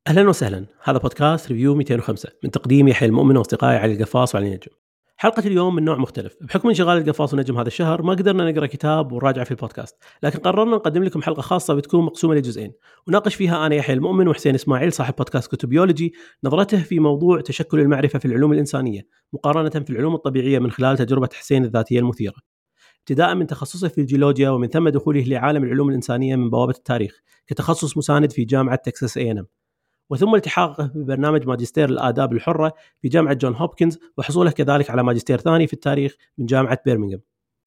أهلا وسهلا، هذا بودكاست ريفيو 205 من تقديم يحيى المؤمن وأصدقائي علي القفاص وعلي نجم. حلقة اليوم من نوع مختلف، بحكم انشغال القفاص ونجم هذا الشهر ما قدرنا نقرأ كتاب ونراجع في البودكاست، لكن قررنا نقدم لكم حلقة خاصة بتكون مقسومة لجزئين، وناقش فيها أنا يحيى المؤمن وحسين إسماعيل صاحب بودكاست كتبيولوجي نظرته في موضوع تشكل المعرفة في العلوم الإنسانية مقارنة في العلوم الطبيعية من خلال تجربة حسين الذاتية المثيرة، ابتداء من تخصصه في الجيولوجيا ومن ثم دخوله لعالم العلوم الإنسانية من بوابة التاريخ كتخصص مساند في جامعة تكساس A&M، وثم التحاقه ببرنامج ماجستير الآداب الحرة في جامعة جون هوبكنز، وحصوله كذلك على ماجستير ثاني في التاريخ من جامعة بيرمنغهام.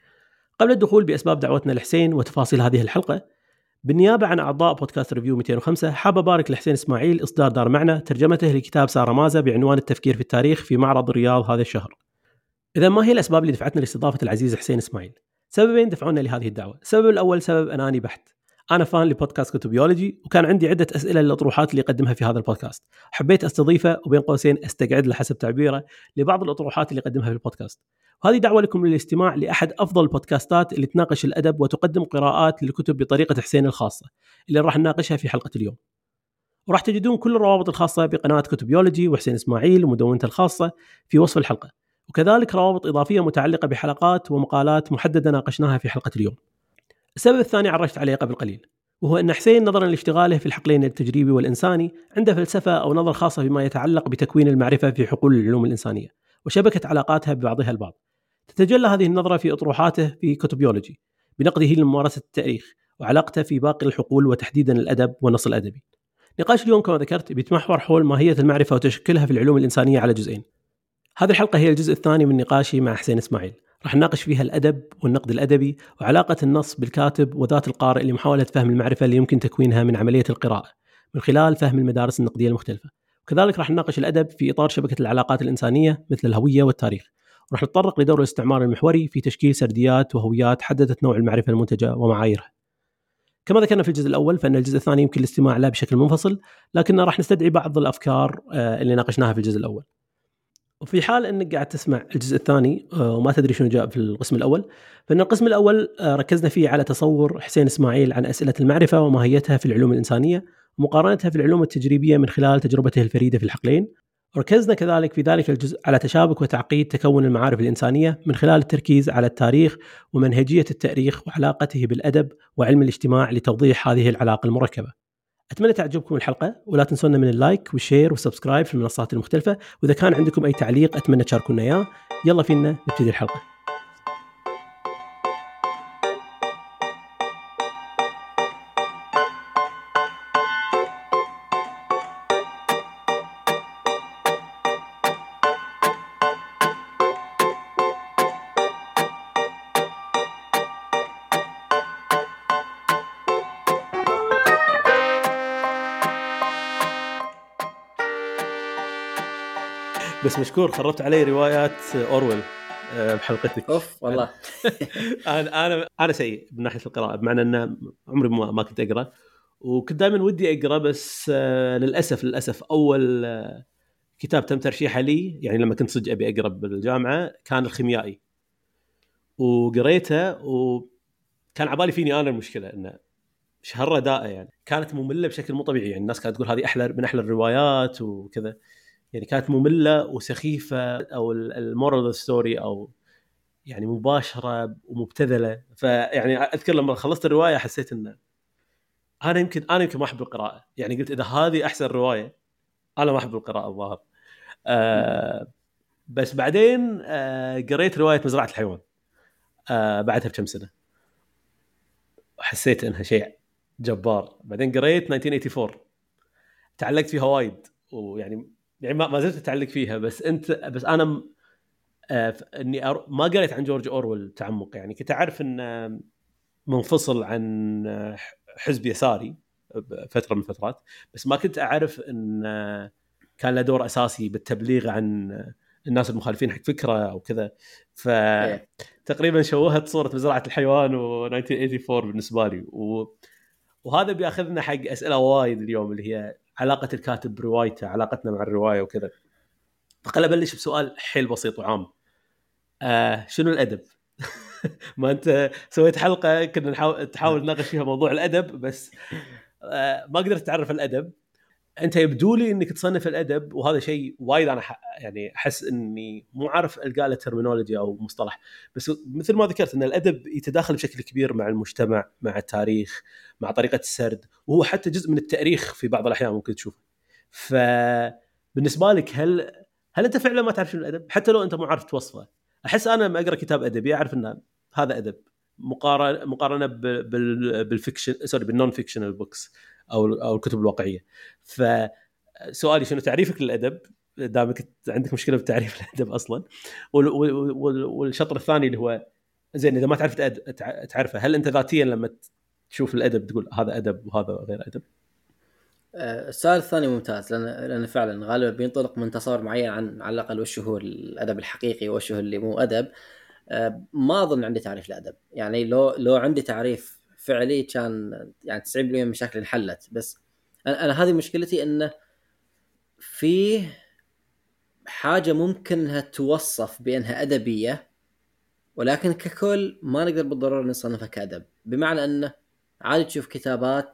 قبل الدخول بأسباب دعوتنا لحسين وتفاصيل هذه الحلقة، بالنيابة عن أعضاء بودكاست ريفيو 205 حاب أبارك لحسين إسماعيل إصدار دار معنى ترجمته لكتاب سارة مازا بعنوان التفكير في التاريخ في معرض الرياض هذا الشهر. إذا ما هي الأسباب اللي دفعتنا لاستضافة العزيز حسين إسماعيل؟ سببين دفعونا لهذه الدعوة. السبب الأول سبب أناني بحت، أنا فان لبودكاست كتبيولوجي وكان عندي عدة أسئلة للأطروحات اللي يقدمها في هذا البودكاست، حبيت أستضيفه وبين قوسين أستقعد له حسب تعبيره لبعض الأطروحات اللي يقدمها في البودكاست. وهذه دعوة لكم للاستماع لأحد أفضل البودكاستات اللي تناقش الأدب وتقدم قراءات للكتب بطريقة حسين الخاصة اللي راح نناقشها في حلقة اليوم. وراح تجدون كل الروابط الخاصة بقناة كتبيولوجي وحسين إسماعيل ومدونته الخاصة في وصف الحلقة، وكذلك روابط إضافية متعلقة بحلقات ومقالات محددة ناقشناها في حلقة اليوم. السبب الثاني عرجت عليه قبل قليل، وهو أن حسين نظرا لاشتغاله في الحقلين التجريبي والإنساني عنده فلسفة أو نظر خاصة بما يتعلق بتكوين المعرفة في حقول العلوم الإنسانية وشبكة علاقاتها ببعضها البعض. تتجلى هذه النظرة في أطروحاته في كتبيولوجي بنقده لممارسة التاريخ وعلاقته في باقي الحقول وتحديدا الأدب والنص الأدبي. نقاش اليوم كما ذكرت بيتمحور حول ماهية المعرفة وتشكلها في العلوم الإنسانية على جزئين. هذه الحلقة هي الجزء الثاني من نقاشي مع حسين إسماعيل، راح نناقش فيها الأدب والنقد الأدبي وعلاقة النص بالكاتب وذات القارئ لمحاولة فهم المعرفة اللي يمكن تكوينها من عملية القراءة من خلال فهم المدارس النقدية المختلفة. وكذلك راح نناقش الأدب في إطار شبكة العلاقات الإنسانية مثل الهوية والتاريخ، وراح نتطرق لدور الاستعمار المحوري في تشكيل سرديات وهويات حددت نوع المعرفة المنتجة ومعاييرها. كما ذكرنا في الجزء الأول فإن الجزء الثاني يمكن الاستماع له بشكل منفصل، لكن راح نستدعي بعض الأفكار اللي ناقشناها في الجزء الأول. وفي حال أنك قاعد تسمع الجزء الثاني وما تدري شنو جاء في القسم الأول، فإن القسم الأول ركزنا فيه على تصور حسين إسماعيل عن أسئلة المعرفة وماهيتها في العلوم الإنسانية ومقارنتها في العلوم التجريبية من خلال تجربته الفريدة في الحقلين. وركزنا كذلك في ذلك الجزء على تشابك وتعقيد تكون المعارف الإنسانية من خلال التركيز على التاريخ ومنهجية التاريخ وعلاقته بالأدب وعلم الاجتماع لتوضيح هذه العلاقة المركبة. أتمنى تعجبكم الحلقة، ولا تنسونا من اللايك والشير والسبسكرايب في المنصات المختلفة، وإذا كان عندكم أي تعليق أتمنى تشاركونا إياه. يلا فينا نبتدي الحلقة. بس مشكور خربت علي روايات أورويل بحلقتك. اوف والله. انا سيء من ناحيه القراءه، بمعنى ان عمري ما كنت اقرا، وكنت دائما ودي اقرا، بس للاسف اول كتاب تم ترشيحه لي يعني لما كنت صدق ابي اقرا بالجامعه كان الخيميائي، وقريته وكان عبالي فيني انا المشكله انه شهر رداءه، يعني كانت ممله بشكل مو طبيعي. يعني الناس كانت تقول هذه احلى من احلى الروايات وكذا، يعني كانت ممله وسخيفه، او المورال ستوري او يعني مباشره ومبتذله. فيعني اذكر لما خلصت الروايه حسيت ان انا يمكن ما احب القراءه، يعني قلت اذا هذه احسن روايه انا ما احب القراءه الظاهر. بس بعدين قريت روايه مزرعه الحيوان بعدها بكم سنه، وحسيت انها شيء جبار. بعدين قريت 1984 تعلقت فيها وايد، ويعني ما زلت اتعلق فيها. بس انا اني ما قريت عن جورج أورويل تعمق، يعني كنت اعرف ان منفصل عن حزب يساري فتره من الفترات، بس ما كنت اعرف ان كان له دور اساسي بالتبليغ عن الناس المخالفين حق فكره او كذا. فتقريبا شوهت صوره مزرعه الحيوان و1984 بالنسبه لي، وهذا بياخذنا حق اسئله وايد اليوم اللي هي علاقه الكاتب بروايته، علاقتنا مع الروايه وكذا. فخل ابلش بسؤال حيل بسيط وعام. شنو الادب؟ ما انت سويت حلقه كنا تحاول نناقش فيها موضوع الادب، بس ما قدرت تعرف الادب. انت يبدو لي انك تصنف الادب، وهذا شيء وايد انا يعني احس اني مو عارف القى له ترمينولوجي او مصطلح، بس مثل ما ذكرت ان الادب يتداخل بشكل كبير مع المجتمع، مع التاريخ، مع طريقه السرد، وهو حتى جزء من التاريخ في بعض الاحيان ممكن تشوفه. فبالنسبه لك هل انت فعلا ما تعرف شنو الادب حتى لو انت مو عارف توصفه؟ احس انا لما اقرا كتاب ادبي اعرف ان هذا ادب، مقارنه بالفيكشن، سوري، بالنون فيكشنال بوكس او الكتب الواقعيه. فسؤالي شنو تعريفك للادب دامك عندك مشكله بتعريف الادب اصلا؟ والشطر الثاني اللي هو زين اذا ما تعرف تعرفه، هل انت ذاتيا لما تشوف الادب تقول هذا ادب وهذا غير ادب؟ السؤال الثاني ممتاز، لأن فعلا غالبا بينطلق من تصور معين عن على الأقل وش هو الأدب الحقيقي وش هو اللي مو أدب. ما أظن عندي تعريف للأدب، يعني لو عندي تعريف فعلي كان يعني 90% من مشاكل انحلت. بس أنا هذه مشكلتي، إنه في حاجة ممكن انها توصف بانها ادبية، ولكن ككل ما نقدر بالضرورة نصنفها كأدب. بمعنى انه عادي تشوف كتابات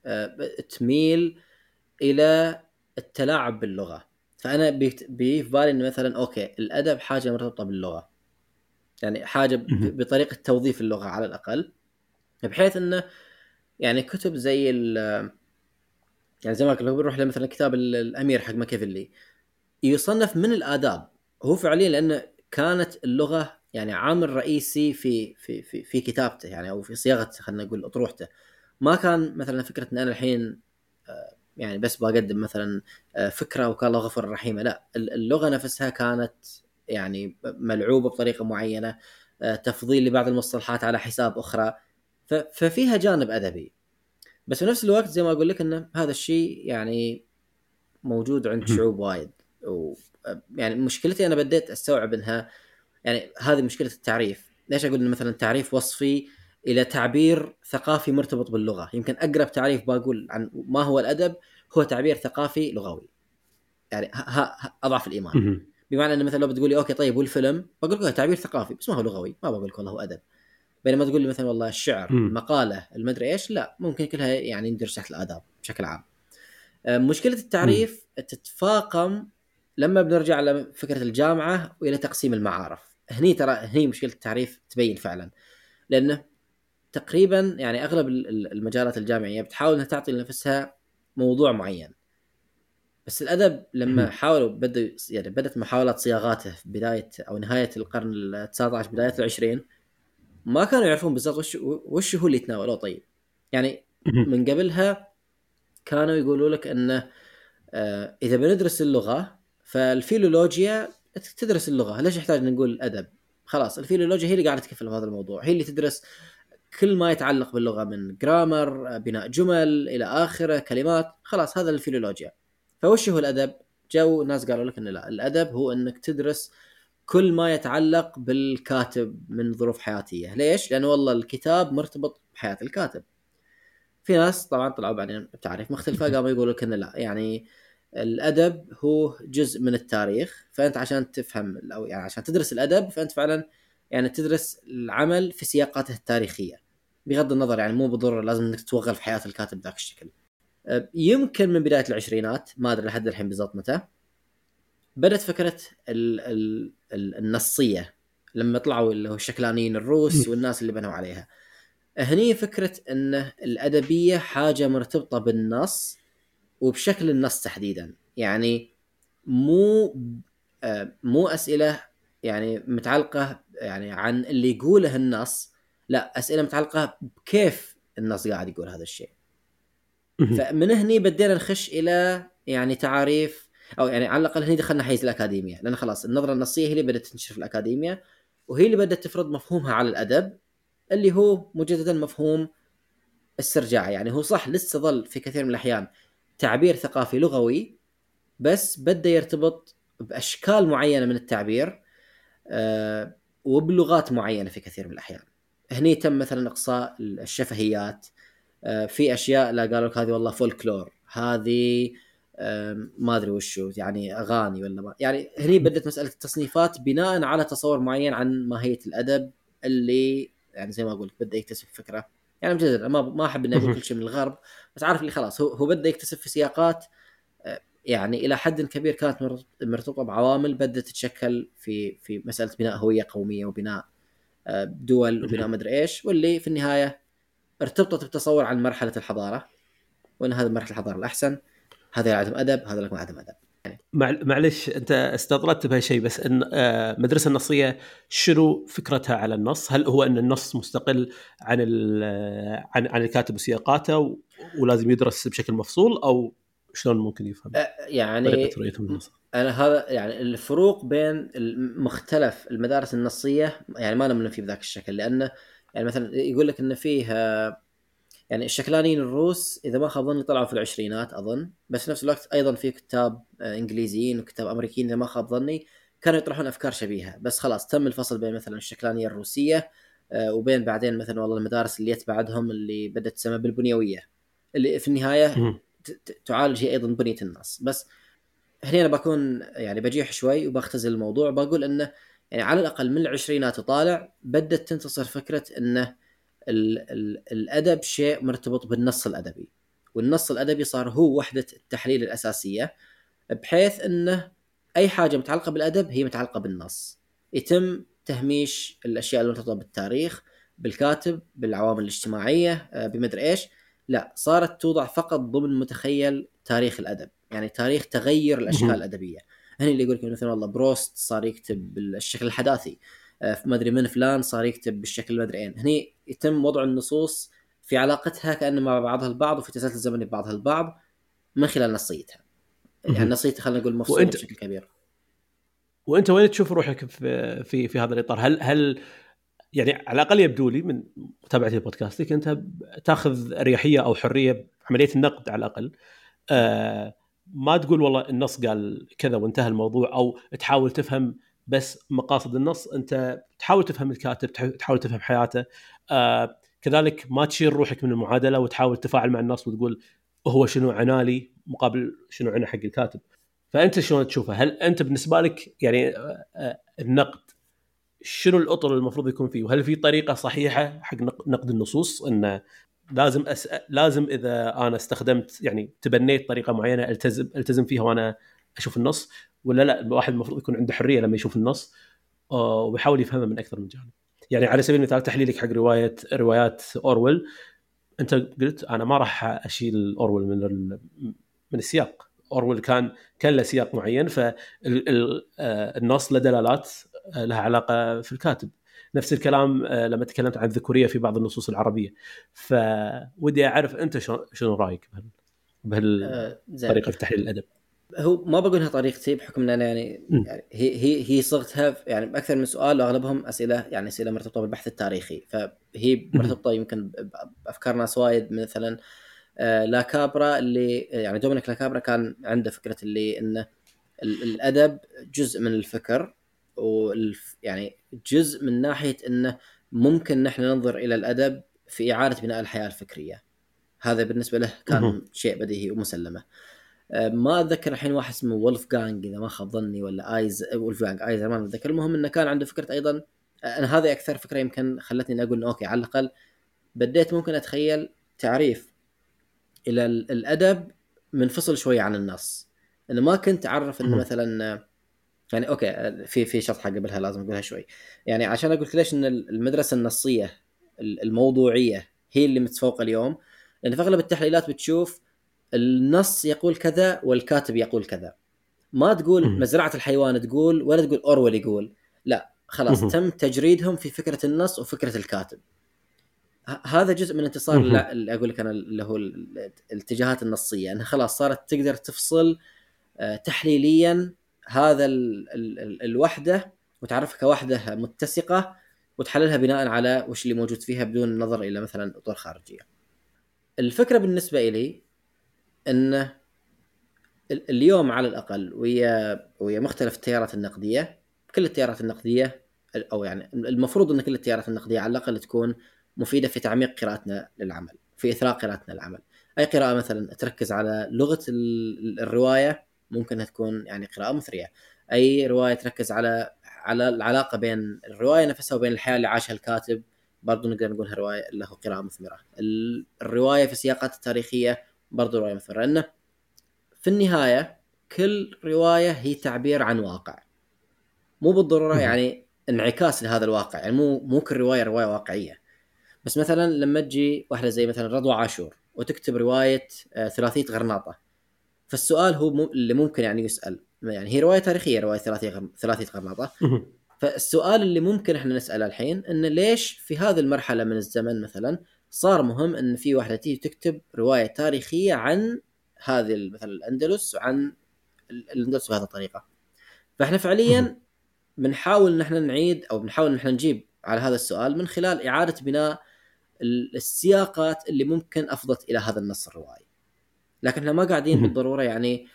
تميل الى التلاعب باللغة، فانا في بالي انه مثلا اوكي الادب حاجة مرتبطة باللغة، يعني حاجة بطريقة توظيف اللغة على الاقل، بحيث انه يعني كتب زي يعني زي ما قلت لو بنروح لمثلا كتاب الامير حق ماكيافيلي يصنف من الآداب، هو فعليا لأن كانت اللغة يعني عامل رئيسي في كتابته، يعني أو في صياغة خلينا نقول أطروحته. ما كان مثلا فكرة أن أنا الحين يعني بس بقدم مثلا فكرة وكان الله غفور رحيم، لا، اللغة نفسها كانت يعني ملعوبة بطريقة معينة، تفضيل لبعض المصطلحات على حساب أخرى، ففيها جانب أدبي. بس في نفس الوقت زي ما أقول لك أن هذا الشيء يعني موجود عند شعوب وايد. يعني مشكلتي انا بديت استوعب انها يعني هذه مشكله التعريف. ليش اقول ان مثلا تعريف وصفي الى تعبير ثقافي مرتبط باللغه؟ يمكن اقرب تعريف بقول عن ما هو الادب هو تعبير ثقافي لغوي، يعني اضعف الايمان. بمعنى ان مثلا لو بتقول لي اوكي طيب والفيلم، بقول لك تعبير ثقافي بس ما هو لغوي، ما بقول لك والله هو ادب. بينما تقول لي مثلا والله الشعر، المقاله، المدري ايش، لا، ممكن كلها يعني ندرج تحت الاداب بشكل عام. مشكلة التعريف تتفاقم لما بنرجع لفكرة الجامعة وإلى تقسيم المعارف. هني مشكلة التعريف تبين فعلا، لأنه تقريبا يعني أغلب المجالات الجامعية بتحاول أنها تعطي لنفسها موضوع معين. بس الأدب لما حاولوا يعني بدأت محاولات صياغاته في بداية أو نهاية القرن ال19 بداية ال20، ما كانوا يعرفون بالضبط وش هو اللي يتناوله. طيب يعني من قبلها كانوا يقولوا لك أنه إذا بندرس اللغة فالفيلولوجيا تدرس اللغة، ليش يحتاج نقول أدب؟ خلاص الفيلولوجيا هي اللي قاعدة تكفل بهذا الموضوع، هي اللي تدرس كل ما يتعلق باللغة من جرامر، بناء جمل إلى آخره، كلمات، خلاص هذا الفيلولوجيا. فوش هو الأدب؟ جو ناس قالوا لك إن لا، الأدب هو إنك تدرس كل ما يتعلق بالكاتب من ظروف حياتية. ليش؟ لأنه والله الكتاب مرتبط بحياة الكاتب. في ناس طبعا طلعوا بعدين بتعريف مختلفة قاموا يقولوا لك إن لا، يعني الأدب هو جزء من التاريخ، فأنت عشان تفهم أو يعني عشان تدرس الأدب فأنت فعلا يعني تدرس العمل في سياقاته التاريخية، بغض النظر يعني مو بالضرورة لازم إنك تتوغل في حياة الكاتب ذاك الشكل. يمكن من بداية العشرينات، ما أدري لحد الحين بالضبط متى، بدأت فكرة النصية لما طلعوا اللي هو الشكلانيين الروس والناس اللي بنوا عليها. هني فكرة أن الأدبية حاجة مرتبطة بالنص وبشكل النص تحديدا، يعني مو مو أسئلة يعني متعلقة يعني عن اللي يقوله النص، لا، أسئلة متعلقة بكيف النص قاعد يقول هذا الشيء. فمن هني بدينا نخش إلى يعني تعاريف، أو يعني على الأقل هني دخلنا حيز الأكاديمية، لأن خلاص النظرة النصية هي اللي بدأت تنشر في الأكاديمية، وهي اللي بدأت تفرض مفهومها على الأدب اللي هو مجددا مفهوم استرجاعي. يعني هو صح لسه ظل في كثير من الأحيان تعبير ثقافي لغوي، بس بدأ يرتبط بأشكال معينة من التعبير وبلغات معينة في كثير من الأحيان. هني تم مثلا إقصاء الشفهيات، في أشياء لا قالوا لك هذه والله فولكلور، هذه ما أدري وشو يعني أغاني ولا ما، يعني هني بدأت مسألة التصنيفات بناء على تصور معين عن ماهية الأدب اللي يعني زي ما أقول بدأ يكتسب فكرة. يعني مجددا ما أحب إني أقول كل شيء من الغرب، بس عارف اللي خلاص هو بدأ يكتسب في سياقات يعني الى حد كبير كانت مرتبطه بعوامل بدات تتشكل في مساله بناء هويه قوميه وبناء دول وبناء مدري ايش، واللي في النهايه ارتبطت بتصور عن مرحله الحضاره، وان هذا مرحله الحضاره الاحسن، هذا عدم ادب، هذا لكم عدم ادب. معلش انت استطردت بهالشيء، بس ان المدرسه النصيه شنو فكرتها على النص؟ هل هو ان النص مستقل عن عن الكاتب وسياقاته ولازم يدرس بشكل مفصول، او شلون ممكن يفهم يعني طريقه رؤيتهم للنص؟ انا هذا يعني الفروق بين مختلف المدارس النصيه يعني ما نمن فيه بذاك الشكل، لانه يعني مثلا يقول لك ان فيه يعني الشكلانيين الروس اذا ما خاب ظني طلعوا في العشرينات اظن، بس في نفس الوقت ايضا في كتاب انجليزيين وكتاب امريكيين اذا ما خاب ظني كانوا يطرحون افكار شبيهه، بس خلاص تم الفصل بين مثلا الشكلانيه الروسيه وبين بعدين مثلا والله المدارس اللي يتبعدهم اللي بدات تسمى بالبنيويه، اللي في النهايه تعالج هي ايضا بنيه النص. بس هنا انا بكون يعني بجيح شوي وبختزل الموضوع، بقول انه يعني على الاقل من العشرينات وطالع بدات تنتصر فكره انه الادب شيء مرتبط بالنص الادبي، والنص الادبي صار هو وحده التحليل الاساسيه، بحيث انه اي حاجه متعلقه بالادب هي متعلقه بالنص، يتم تهميش الاشياء المرتبطه بالتاريخ، بالكاتب، بالعوامل الاجتماعيه، بمدري ايش، لا صارت توضع فقط ضمن متخيل تاريخ الادب، يعني تاريخ تغير الاشكال الادبيه. هني اللي يقول لك مثلا والله بروست صار يكتب بالشكل الحداثي، ما ادري من فلان صار يكتب بالشكل المدري هني يتم وضع النصوص في علاقتها كأن مع بعضها البعض وفي تسلسل الزمني ببعضها البعض من خلال نصيتها، يعني نصيتها خلينا نقول مفصوله وانت بشكل كبير. وانت وين تشوف روحك في هذا الاطار؟ هل يعني على الاقل يبدو لي من متابعتي لبودكاستك انت تاخذ اريحيه او حريه بعمليه النقد على الاقل، ما تقول والله النص قال كذا وانتهى الموضوع، او تحاول تفهم بس مقاصد النص، انت تحاول تفهم الكاتب، تحاول تفهم حياته. كذلك ما تشيل روحك من المعادله وتحاول تفاعل مع النص وتقول هو شنو عنالي مقابل شنو عنا حق الكاتب. فانت شلون تشوفه؟ هل انت بالنسبه لك يعني النقد شنو الاطر المفروض يكون فيه؟ وهل في طريقه صحيحه حق نقد النصوص؟ انه لازم اذا انا استخدمت يعني تبنيت طريقه معينه التزم فيها وانا اشوف النص، ولا لا الواحد المفروض يكون عنده حريه لما يشوف النص ويحاول يفهمه من اكثر من جانب؟ يعني على سبيل المثال تحليلك حق روايات اورويل، انت قلت انا ما راح اشيل اورويل من السياق. اورويل كان له سياق معين، فالنص له دلالات لها علاقه في الكاتب. نفس الكلام لما تكلمت عن الذكوريه في بعض النصوص العربيه. فودي اعرف انت شنو رايك زين، بهالطريقه في تحليل الادب. هو ما بقولها طريقتي بحكم ان انا يعني هي صغتها يعني باكثر من سؤال واغلبهم اسئله يعني اسئله مرتبطه بالبحث التاريخي، فهي مرتبطه يمكن بافكار ناس وايد. مثلا لا كابرا اللي يعني دومينيك لا كابرا كان عنده فكره اللي انه الادب جزء من الفكر، يعني جزء من ناحيه انه ممكن نحن ننظر الى الادب في اعاده بناء الحياه الفكريه. هذا بالنسبه له كان شيء بديهي ومسلمه. ما اتذكر الحين واحد اسمه وولفغانغ اذا ما خاب ظني، ولا وولفغانغ ايزر، ما اتذكر. المهم انه كان عنده فكره ايضا، انا هذه اكثر فكره يمكن خلتني اقول اوكي على الاقل بديت ممكن اتخيل تعريف الى الادب منفصل شويه عن النص. انه ما كنت اعرف انه مثلا يعني اوكي في شطحه قبلها لازم اقولها شوي، يعني عشان اقول ليش ان المدرسه النصيه الموضوعيه هي اللي متفوقه اليوم. لان في اغلب التحليلات بتشوف النص يقول كذا والكاتب يقول كذا، ما تقول مزرعه الحيوان تقول ولا تقول اورويل يقول، لا خلاص تم تجريدهم في فكره النص وفكره الكاتب. هذا جزء من انتصار اللي اقول لك انا اللي هو الاتجاهات النصيه، انها خلاص صارت تقدر تفصل تحليليا هذا الوحده وتعرفها كوحده متسقه وتحللها بناء على وش اللي موجود فيها بدون النظر الى مثلا اطر خارجيه. الفكره بالنسبه لي ان اليوم على الاقل ويا مختلف التيارات النقديه، كل التيارات النقديه او يعني المفروض ان كل التيارات النقديه على الاقل تكون مفيده في تعميق قراءتنا للعمل، في اثراء قراءتنا للعمل. اي قراءه مثلا تركز على لغه الروايه ممكن انها تكون يعني قراءه مثريه. اي روايه تركز على العلاقه بين الروايه نفسها وبين الحياه اللي عاشها الكاتب برضو نقدر نقولها روايه له قراءه مثمره. الروايه في السياقات التاريخيه برضو روايه مثمره، لانه في النهايه كل روايه هي تعبير عن واقع، مو بالضروره يعني انعكاس لهذا الواقع، يعني مو كل روايه واقعيه. بس مثلا لما تجي واحده زي مثلا رضوى عاشور وتكتب روايه ثلاثيه غرناطه، فالسؤال هو اللي ممكن يعني يسال، يعني هي روايه تاريخيه، روايه ثلاثيه غرناطه. فالسؤال اللي ممكن احنا نساله الحين ان ليش في هذه المرحله من الزمن مثلا صار مهم ان في واحده تيجي تكتب روايه تاريخيه عن هذه مثلا الاندلس، وعن الاندلس بهذه الطريقه. فاحنا فعليا بنحاول ان احنا نعيد، او بنحاول ان احنا نجيب على هذا السؤال من خلال اعاده بناء السياقات اللي ممكن افضت الى هذا النص الروائي. لكن احنا ما قاعدين بالضروره يعني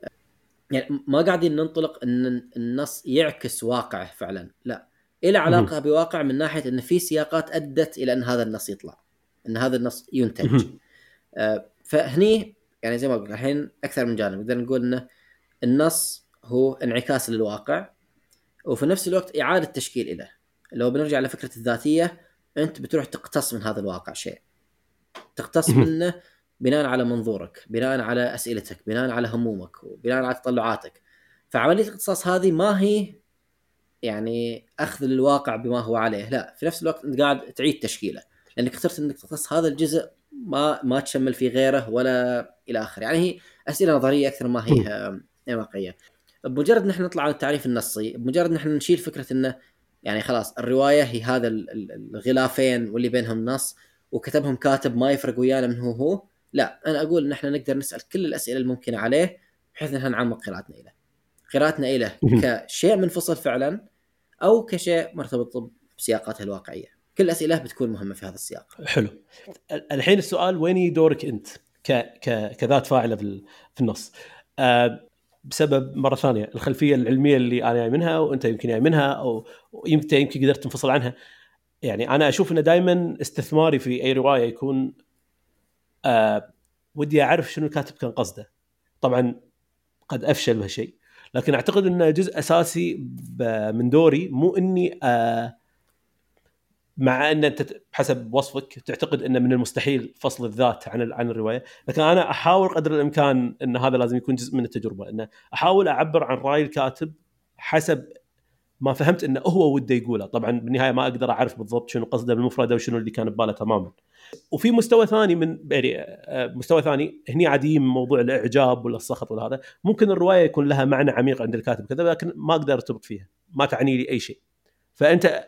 ما قاعدين ننطلق ان النص يعكس واقع فعلا، لا، إلى علاقه بواقع من ناحيه ان في سياقات ادت الى ان هذا النص يطلع، ان هذا النص ينتج. فهني يعني زي ما قلت الحين اكثر من جانب نقدر نقول انه النص هو انعكاس للواقع، وفي نفس الوقت اعاده تشكيل له. لو بنرجع لفكره الذاتيه، انت بتروح تقتص من هذا الواقع شيء، تقتص منه بناء على منظورك، بناء على أسئلتك، بناء على همومك، وبناء على تطلعاتك. فعملية الاقتصاص هذه ما هي يعني أخذ الواقع بما هو عليه، لا، في نفس الوقت أنت قاعد تعيد تشكيله، لأنك اخترت أنك تقتص هذا الجزء ما تشمل فيه غيره ولا إلى آخره. يعني هي أسئلة نظرية أكثر ما هي واقعية. بمجرد نحن نطلع عن التعريف النصي، بمجرد نحن نشيل فكرة أنه يعني خلاص الرواية هي هذا الغلافين واللي بينهم نص وكتبهم كاتب ما يفرق ويانا من هو، لا، أنا أقول إن إحنا نقدر نسأل كل الأسئلة الممكنة عليه بحيث إن نعمق قراءتنا إليه كشيء منفصل فعلا، أو كشيء مرتبط بسياقاته الواقعية. كل الأسئلة بتكون مهمة في هذا السياق. حلو. الحين السؤال وين دورك أنت كذات فاعلة في النص؟ بسبب مرة ثانية الخلفية العلمية اللي أنا جاي منها وأنت يمكن جاي منها، أو يمكن قدرت تنفصل عنها. يعني أنا أشوف إنه دائما استثماري في أي رواية يكون ودي أعرف شنو الكاتب كان قصده. طبعا قد أفشل بهالشيء، لكن أعتقد إنه جزء أساسي من دوري. مو إني مع أن أنت بحسب وصفك تعتقد أن من المستحيل فصل الذات عن الرواية، لكن أنا أحاول قدر الإمكان أن هذا لازم يكون جزء من التجربة، أن أحاول أعبر عن رأي الكاتب حسب ما فهمت أنه هو وده يقوله. طبعا بالنهاية ما أقدر أعرف بالضبط شنو قصده بالمفردة وشنو اللي كان بباله تماما. وفي مستوى ثاني مستوى ثاني هني عادي من موضوع الإعجاب ولا السخط ولا هذا، ممكن الرواية يكون لها معنى عميق عند الكاتب كذا، لكن ما أقدر أرتبط فيها، ما تعني لي أي شيء. فأنت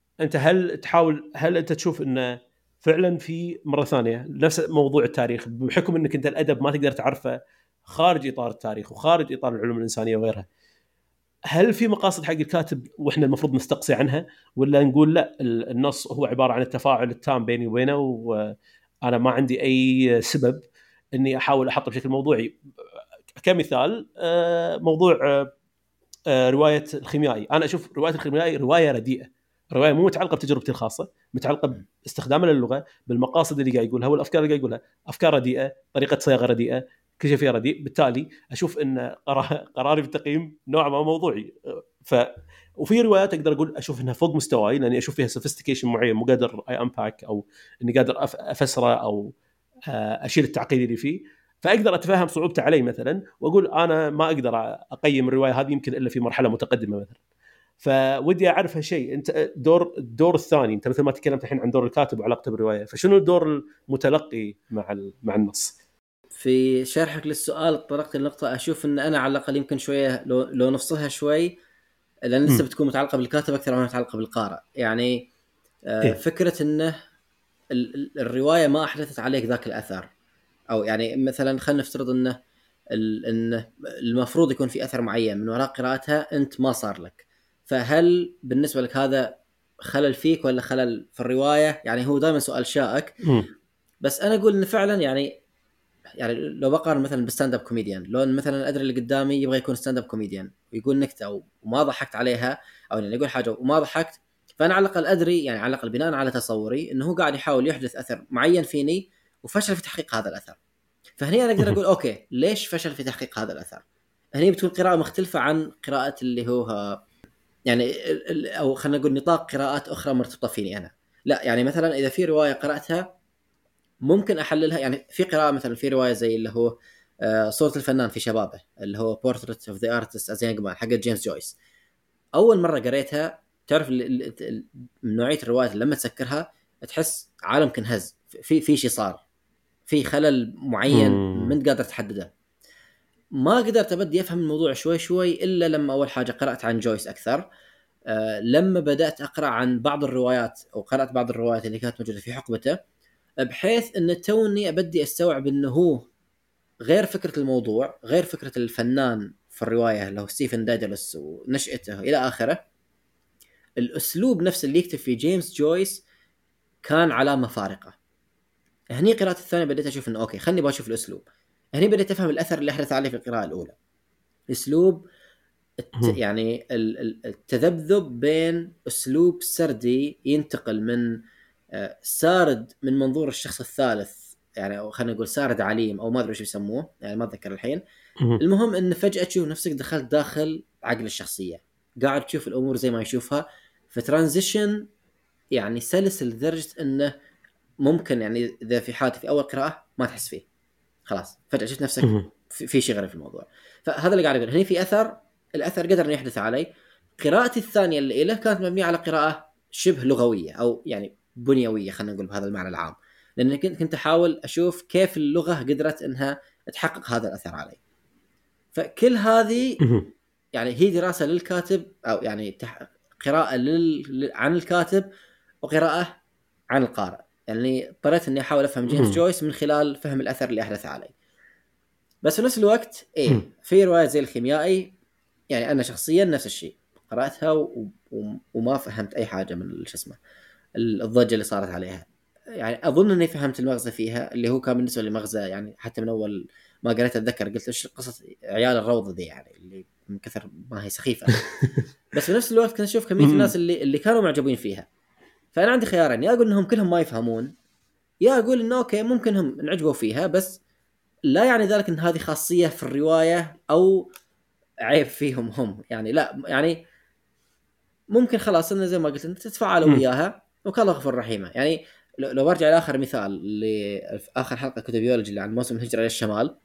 هل أنت تشوف أنه فعلا في مرة ثانية نفس موضوع التاريخ، بحكم أنك أنت الأدب ما تقدر تعرفه خارج إطار التاريخ وخارج إطار العلوم الإنسانية وغيرها، هل في مقاصد حق الكاتب وإحنا المفروض نستقصي عنها، ولا نقول لا النص هو عبارة عن التفاعل التام بيني وبينه وأنا ما عندي أي سبب أني أحاول أحطه بشكل موضوعي؟ كمثال موضوع رواية الخيميائي. أنا أشوف رواية الخيميائي رواية رديئة، رواية مو متعلقة بتجربتي الخاصة، متعلقة باستخدامها للغة، بالمقاصد اللي قاعد يقولها والأفكار اللي قاعد يقولها، أفكار رديئة، طريقة صياغة رديئة، كل شيء فيها رديء. بالتالي أشوف أن قراري بالتقييم نوع ما موضوعي. وفي روايات أقدر أقول أشوف أنها فوق مستواي، لأني أشوف فيها sophistication معين مو قادر أمباك أو إني قادر أفسره أو أشيل التعقيد اللي فيه، فأقدر أتفهم صعوبته علي مثلا، وأقول أنا ما أقدر أقيم الرواية هذه يمكن إلا في مرحلة متقدمة مثلا. فودي أعرف هالشيء. أنت الدور الثاني، أنت مثل ما تكلمت الحين عن دور الكاتب وعلاقته بالرواية، فشنو دور المتلقي مع النص؟ في شرحك للسؤال طرقت النقطة، أشوف أن أنا على الأقل يمكن شوية لو نفصلها شوي، لأن لسه بتكون متعلقة بالكاتب أكثر ما متعلقة بالقارئ. يعني فكرة أنه الرواية ما أحدثت عليك ذاك الأثر، أو يعني مثلا خلينا نفترض أنه المفروض يكون في أثر معين من وراء قراءتها أنت ما صار لك، فهل بالنسبة لك هذا خلل فيك ولا خلل في الرواية؟ يعني هو دائما سؤال شائك. بس أنا أقول إن فعلا يعني لو بقارن مثلا بستاند اب كوميديان، لو مثلا الأدري اللي قدامي يبغى يكون ستاند اب كوميديان ويقول نكتة وما ضحكت عليها، أو يعني يقول حاجة وما ضحكت، فأنا على الأقل أدري، يعني على الأقل بناء على تصوري إنه هو قاعد يحاول يحدث أثر معين فيني وفشل في تحقيق هذا الأثر. فهني أنا أقدر أقول أوكي ليش فشل في تحقيق هذا الأثر. هني بتكون قراءة مختلفة عن قراءة اللي هو يعني أو خلينا نقول نطاق قراءات أخرى مرتبطة فيني أنا. لا، يعني مثلا إذا في رواية قرأتها ممكن أحللها، يعني في قراءة مثلا في رواية زي اللي هو صورة الفنان في شبابه اللي هو Portrait of the Artist as a Young Man حق جيمس جويس. اول مره قريتها تعرف من نوعيه الروايات اللي لما تسكرها تحس عالم كنهز، في شيء صار، في خلل معين من قادر تحدده. ما قدرت ابدي افهم الموضوع شوي شوي الا لما اول حاجه قرات عن جويس اكثر. لما بدات اقرا عن بعض الروايات او قرات بعض الروايات اللي كانت موجوده في حقبته، بحيث ان توني ابدي استوعب انه هو غير فكره الموضوع، غير فكره الفنان في الروايه اللي هو ستيفن دايدلس ونشأته الى اخره. الأسلوب نفس اللي يكتب فيه جيمس جويس كان علامة فارقة. هني قراءة الثانية بديت أشوف إنه أوكي خلني بشوف الأسلوب. هني بديت أفهم الأثر اللي أحدث عليه في القراءة الأولى. أسلوب يعني التذبذب بين أسلوب سردي ينتقل من سارد من منظور الشخص الثالث، يعني أو خلينا نقول سارد عليم أو ما أدري إيش يسموه، يعني ما أتذكر الحين. المهم إن فجأة تشوف نفسك دخلت داخل عقل الشخصية، قاعد تشوف الأمور زي ما يشوفها، في ترانزيشن يعني سلس لدرجة انه ممكن يعني اذا في حالة في اول قراءة ما تحس فيه، خلاص فجأة شفت نفسك في شيء غريب في الموضوع. فهذا اللي قاعد اقول، هنا في اثر، الاثر قدر ان يحدث علي. قراءتي الثانية اللي له كانت مبنية على قراءة شبه لغوية او يعني بنيوية، خلينا نقول بهذا المعنى العام، لان كنت احاول اشوف كيف اللغة قدرت انها تحقق هذا الاثر علي. فكل هذه يعني هي دراسة للكاتب او يعني قراءة عن الكاتب وقراءة عن القارئ. يعني اضطريت اني احاول افهم جيمس جويس من خلال فهم الاثر اللي احدث علي. بس في نفس الوقت في روايات زي الخيميائي يعني انا شخصيا نفس الشيء قراتها وما فهمت اي حاجه من شو اسمه الضجه اللي صارت عليها. يعني اظن اني فهمت المغزى فيها اللي هو كان بالنسبه لي مغزى، يعني حتى من اول ما قريت اتذكر قلت ايش قصه عيال الروضه دي يعني اللي من كثر ما هي سخيفه. بس في نفس الوقت كنت اشوف كميه الناس اللي كانوا معجبين فيها. فانا عندي خيارين، يا اقول انهم كلهم ما يفهمون، يا اقول انه اوكي ممكن هم انعجبوا فيها بس لا يعني ذلك ان هذه خاصيه في الروايه او عيب فيهم هم، يعني لا يعني ممكن خلاص انه زي ما قلت انت تتفاعلوا وياها وكان الله غفور رحيمه. يعني لو برجع لاخر مثال لاخر حلقه كتب بيولوجي اللي عن موسم الهجره الى الشمال،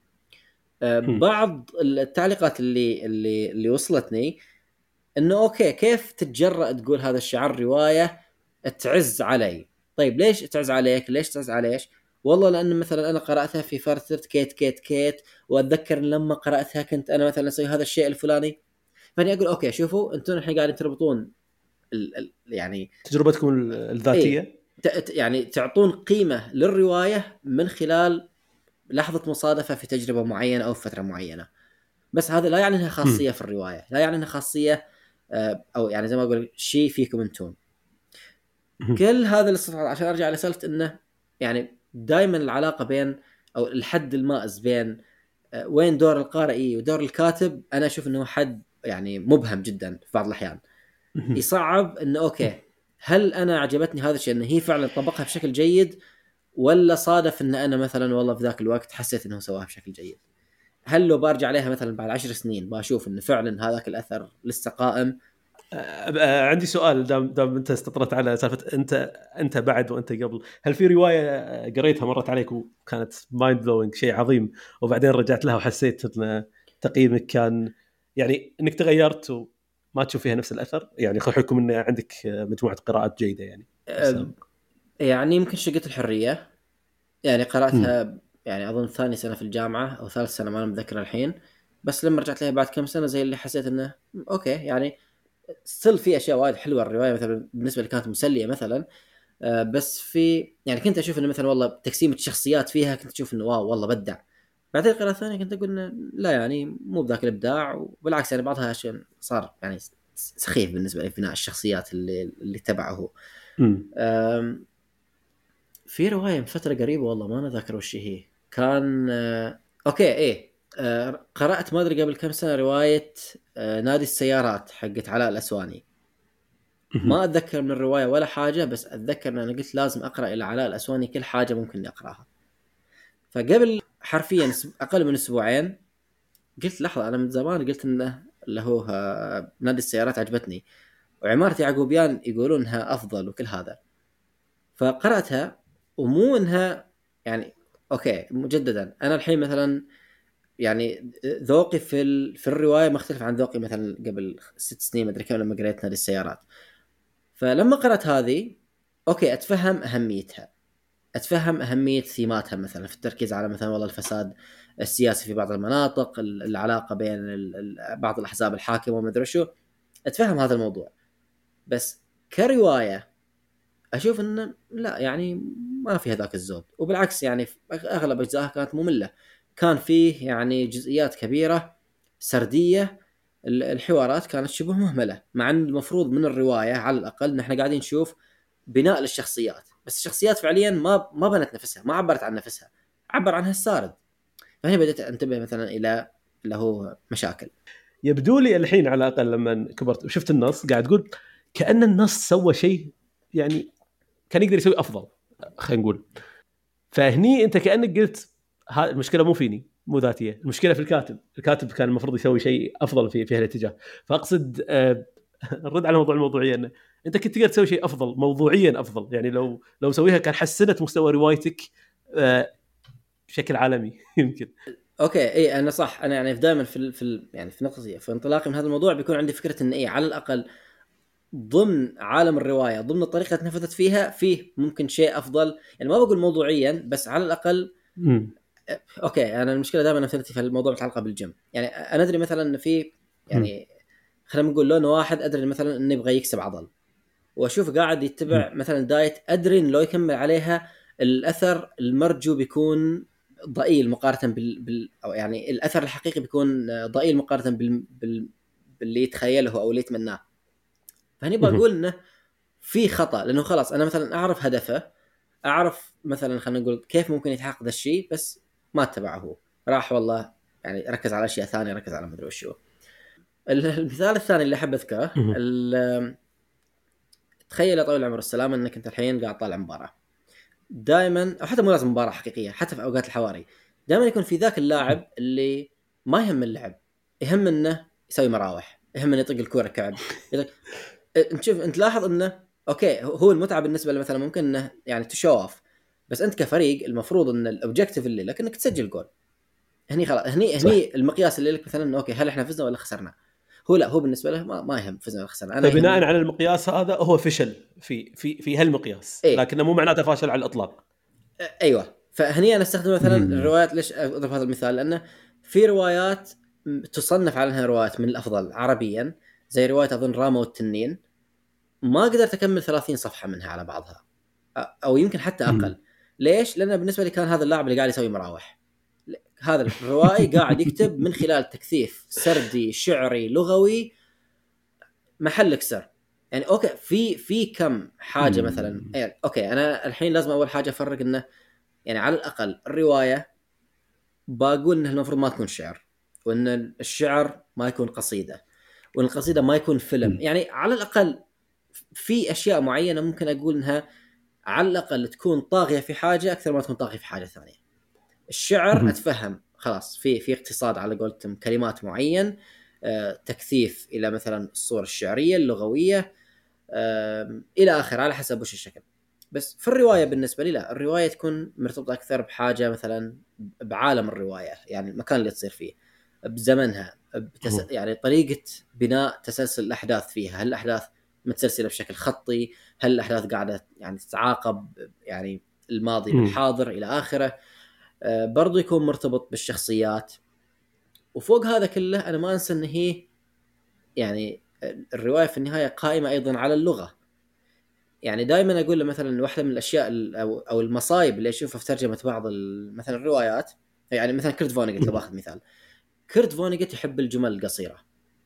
بعض التعليقات اللي وصلتني انه اوكي كيف تتجرأ تقول هذا الشعار روايه تعز علي؟ طيب ليش تعز عليك؟ ليش تعز عليش؟ والله لان مثلا انا قراتها في فتره كيت كيت كيت، واتذكر لما قراتها كنت انا مثلا اسوي هذا الشيء الفلاني. فاني اقول اوكي شوفوا انتم الحين قاعدين تربطون يعني تجربتكم الذاتيه، يعني تعطون قيمه للروايه من خلال لحظه مصادفه في تجربه معينه او في فتره معينه. بس هذا لا يعني انها خاصيه في الروايه، لا يعني انها خاصيه او يعني زي ما اقول شيء فيكم انتم. كل هذا الاستطلاع عشان ارجع لسالفه انه يعني دائما العلاقه بين او الحد المائز بين وين دور القارئ ودور الكاتب، انا اشوف انه حد يعني مبهم جدا في بعض الاحيان. يصعب انه اوكي هل انا عجبتني هذا الشيء انه هي فعلا طبقها بشكل جيد، ولا صادف ان انا مثلا والله في ذاك الوقت حسيت انه سواها بشكل جيد. هل لو برجع عليها مثلا بعد 10 سنين بشوف انه فعلا هذاك الاثر لسه قائم؟ عندي سؤال، دام انت استطرت على سالفه انت بعد وانت قبل، هل في روايه قريتها مرت عليك وكانت مايند بلوينج شيء عظيم وبعدين رجعت لها وحسيت ان تقييمك كان يعني انك تغيرت وما تشوف فيها نفس الاثر، يعني حكم ان عندك مجموعه قراءات جيده يعني؟ يعني يمكن شقة الحريه، يعني قرأتها يعني أظن ثاني سنة في الجامعة أو ثالث سنة ما أنا متذكر الحين. بس لما رجعت لها بعد كم سنة زي اللي حسيت إنه أوكي يعني ستيل في أشياء وايد حلوة الرواية مثلا بالنسبة لي كانت مسلية مثلا. بس في يعني كنت أشوف إنه مثلا والله تقسيمة الشخصيات فيها كنت أشوف إنه واو والله بدع. بعدين القراءة الثانية كنت أقول إنه لا يعني مو بذاك الإبداع، وبالعكس يعني بعضها أشياء صار يعني سخيف بالنسبة لي بناء الشخصيات اللي تبعه. في رواية من فترة قريبة والله ما أنا ذاكر وش هي كان. أوكي إيه قرأت ما أدري قبل كم سنة رواية نادي السيارات حقت علاء الأسواني. ما أتذكر من الرواية ولا حاجة، بس أتذكر أن أنا قلت لازم أقرأ إلى علاء الأسواني كل حاجة ممكن أقرأها. فقبل حرفيا أقل من أسبوعين قلت لحظة أنا من زمان قلت إنه اللي هو نادي السيارات عجبتني وعمارة يعقوبيان يقولونها أفضل وكل هذا. فقرأتها ومو إنها يعني اوكي مجددا انا الحين مثلا يعني ذوقي في الروايه مختلف عن ذوقي مثلا قبل 6 سنين ما ادري كم لما قريت نادي السيارات. فلما قرأت هذه اوكي اتفهم اهميتها، اتفهم اهميه ثيماتها مثلا في التركيز على مثلا والله الفساد السياسي في بعض المناطق، العلاقه بين بعض الاحزاب الحاكمه وما ادري شو، اتفهم هذا الموضوع. بس كروايه اشوف انه لا يعني ما في هذاك الزود، وبالعكس يعني اغلب اجزائها كانت ممله، كان فيه يعني جزئيات كبيره سرديه، الحوارات كانت شبه مهمله، مع ان المفروض من الروايه على الاقل نحن قاعدين نشوف بناء للشخصيات، بس الشخصيات فعليا ما بنت نفسها، ما عبرت عن نفسها، عبر عنها السارد. فهنا بدأت انتبه مثلا الى له مشاكل. يبدو لي الحين على الاقل لما كبرت وشفت النص قاعد تقول كأن النص سوى شيء يعني كان يقدر يسوي افضل، خلينا نقول. فهني انت كأنك قلت المشكله مو فيني، مو ذاتيه، المشكله في الكاتب كان المفروض يسوي شيء افضل في هالاتجاه. فاقصد الرد على موضوع الموضوعيه انه انت كنت تقدر تسوي شيء افضل موضوعيا افضل، يعني لو سويها كان حسنت مستوى روايتك بشكل عالمي يمكن. اوكي اي انا صح، انا يعني دائما يعني في نقطتي في انطلاقي من هذا الموضوع بيكون عندي فكره ان اي على الاقل ضمن عالم الروايه، ضمن الطريقه اللي نفذت فيها، فيه ممكن شيء افضل، يعني ما بقول موضوعيا بس على الاقل. اوكي انا المشكله دائما امثلتي في الموضوع متعلقه بالجيم، يعني انا ادري مثلا ان في يعني خلينا نقول لون واحد ادري مثلا انه يبغى يكسب عضل، واشوف قاعد يتبع مثلا دايت ادري إن لو يكمل عليها الاثر المرجو بيكون ضئيل مقارنه او يعني الاثر الحقيقي بيكون ضئيل مقارنه باللي يتخيله او اللي يتمناه. فهني بقول انه في خطا، لانه خلاص انا مثلا اعرف هدفه، اعرف مثلا خلينا نقول كيف ممكن يتحقق ذا الشيء، بس ما اتبعه هو، راح والله يعني ركز على اشياء ثانيه، ركز على مدري وشو. المثال الثاني اللي احب اذكره تخيل يا طويل العمر والسلامه انك انت الحين قاعد طالع مباراه، دائما او حتى مو لازم مباراه حقيقيه، حتى في اوقات الحواري دائما يكون في ذاك اللاعب اللي ما يهم اللعب، يهم انه يسوي مراوح، يهم انه يطق الكوره كعب. انت شوف، انت لاحظ انه اوكي هو المتعه بالنسبه له مثلا ممكن انه يعني تشوف، بس انت كفريق المفروض ان الاوبجيكتيف اللي لك انك تسجل جول. هني خلاص، هني المقياس اللي لك مثلا انه اوكي هل احنا فزنا ولا خسرنا. هو لا، هو بالنسبه له ما يهم فزنا ولا خسرنا، انا فبناء يهمني. على المقياس هذا هو فشل في هالمقياس، ايه لكنه مو معناته فاشل على الاطلاق. ايوه، فهني انا استخدم مثلا الروايات. ليش اضرب هذا المثال؟ لانه في روايات تصنف على انها روايات من الافضل عربيا، زي روايه اظن راما والتنين، ما قدرت اكمل 30 صفحه منها على بعضها، او يمكن حتى اقل. ليش؟ لانه بالنسبه لي كان هذا اللاعب اللي قاعد يسوي مراوح، هذا الروائي قاعد يكتب من خلال تكثيف سردي شعري لغوي محلك سر. يعني اوكي في كم حاجه مثلا، يعني اوكي انا الحين لازم اول حاجه افرق انه يعني على الاقل الروايه بقول انها المفروض ما تكون شعر، وان الشعر ما يكون قصيده، وان القصيده ما يكون فيلم. يعني على الاقل في اشياء معينه ممكن اقول انها على الاقل تكون طاغيه في حاجه اكثر ما تكون طاغيه في حاجه ثانيه. الشعر اتفهم خلاص، في اقتصاد على قولتهم كلمات معين، تكثيف الى مثلا الصور الشعريه اللغويه، الى اخر على حسب وش الشكل. بس في الروايه بالنسبه لي لا، الروايه تكون مرتبطه اكثر بحاجه مثلا بعالم الروايه، يعني المكان اللي تصير فيه، بزمنها، يعني طريقه بناء تسلسل الاحداث فيها، هل الاحداث متسلسله بشكل خطي، هل الاحداث قاعده يعني تتعاقب يعني الماضي بالحاضر الى اخره، برضو يكون مرتبط بالشخصيات. وفوق هذا كله انا ما انسى ان هي يعني الروايه في النهايه قائمه ايضا على اللغه. يعني دائما اقول له مثلا واحده من الاشياء او المصايب اللي اشوفها في ترجمه بعض مثلا الروايات، يعني مثلا كيرت فونيجت لو باخذ مثال، كيرت فونيجت يحب الجمل القصيره،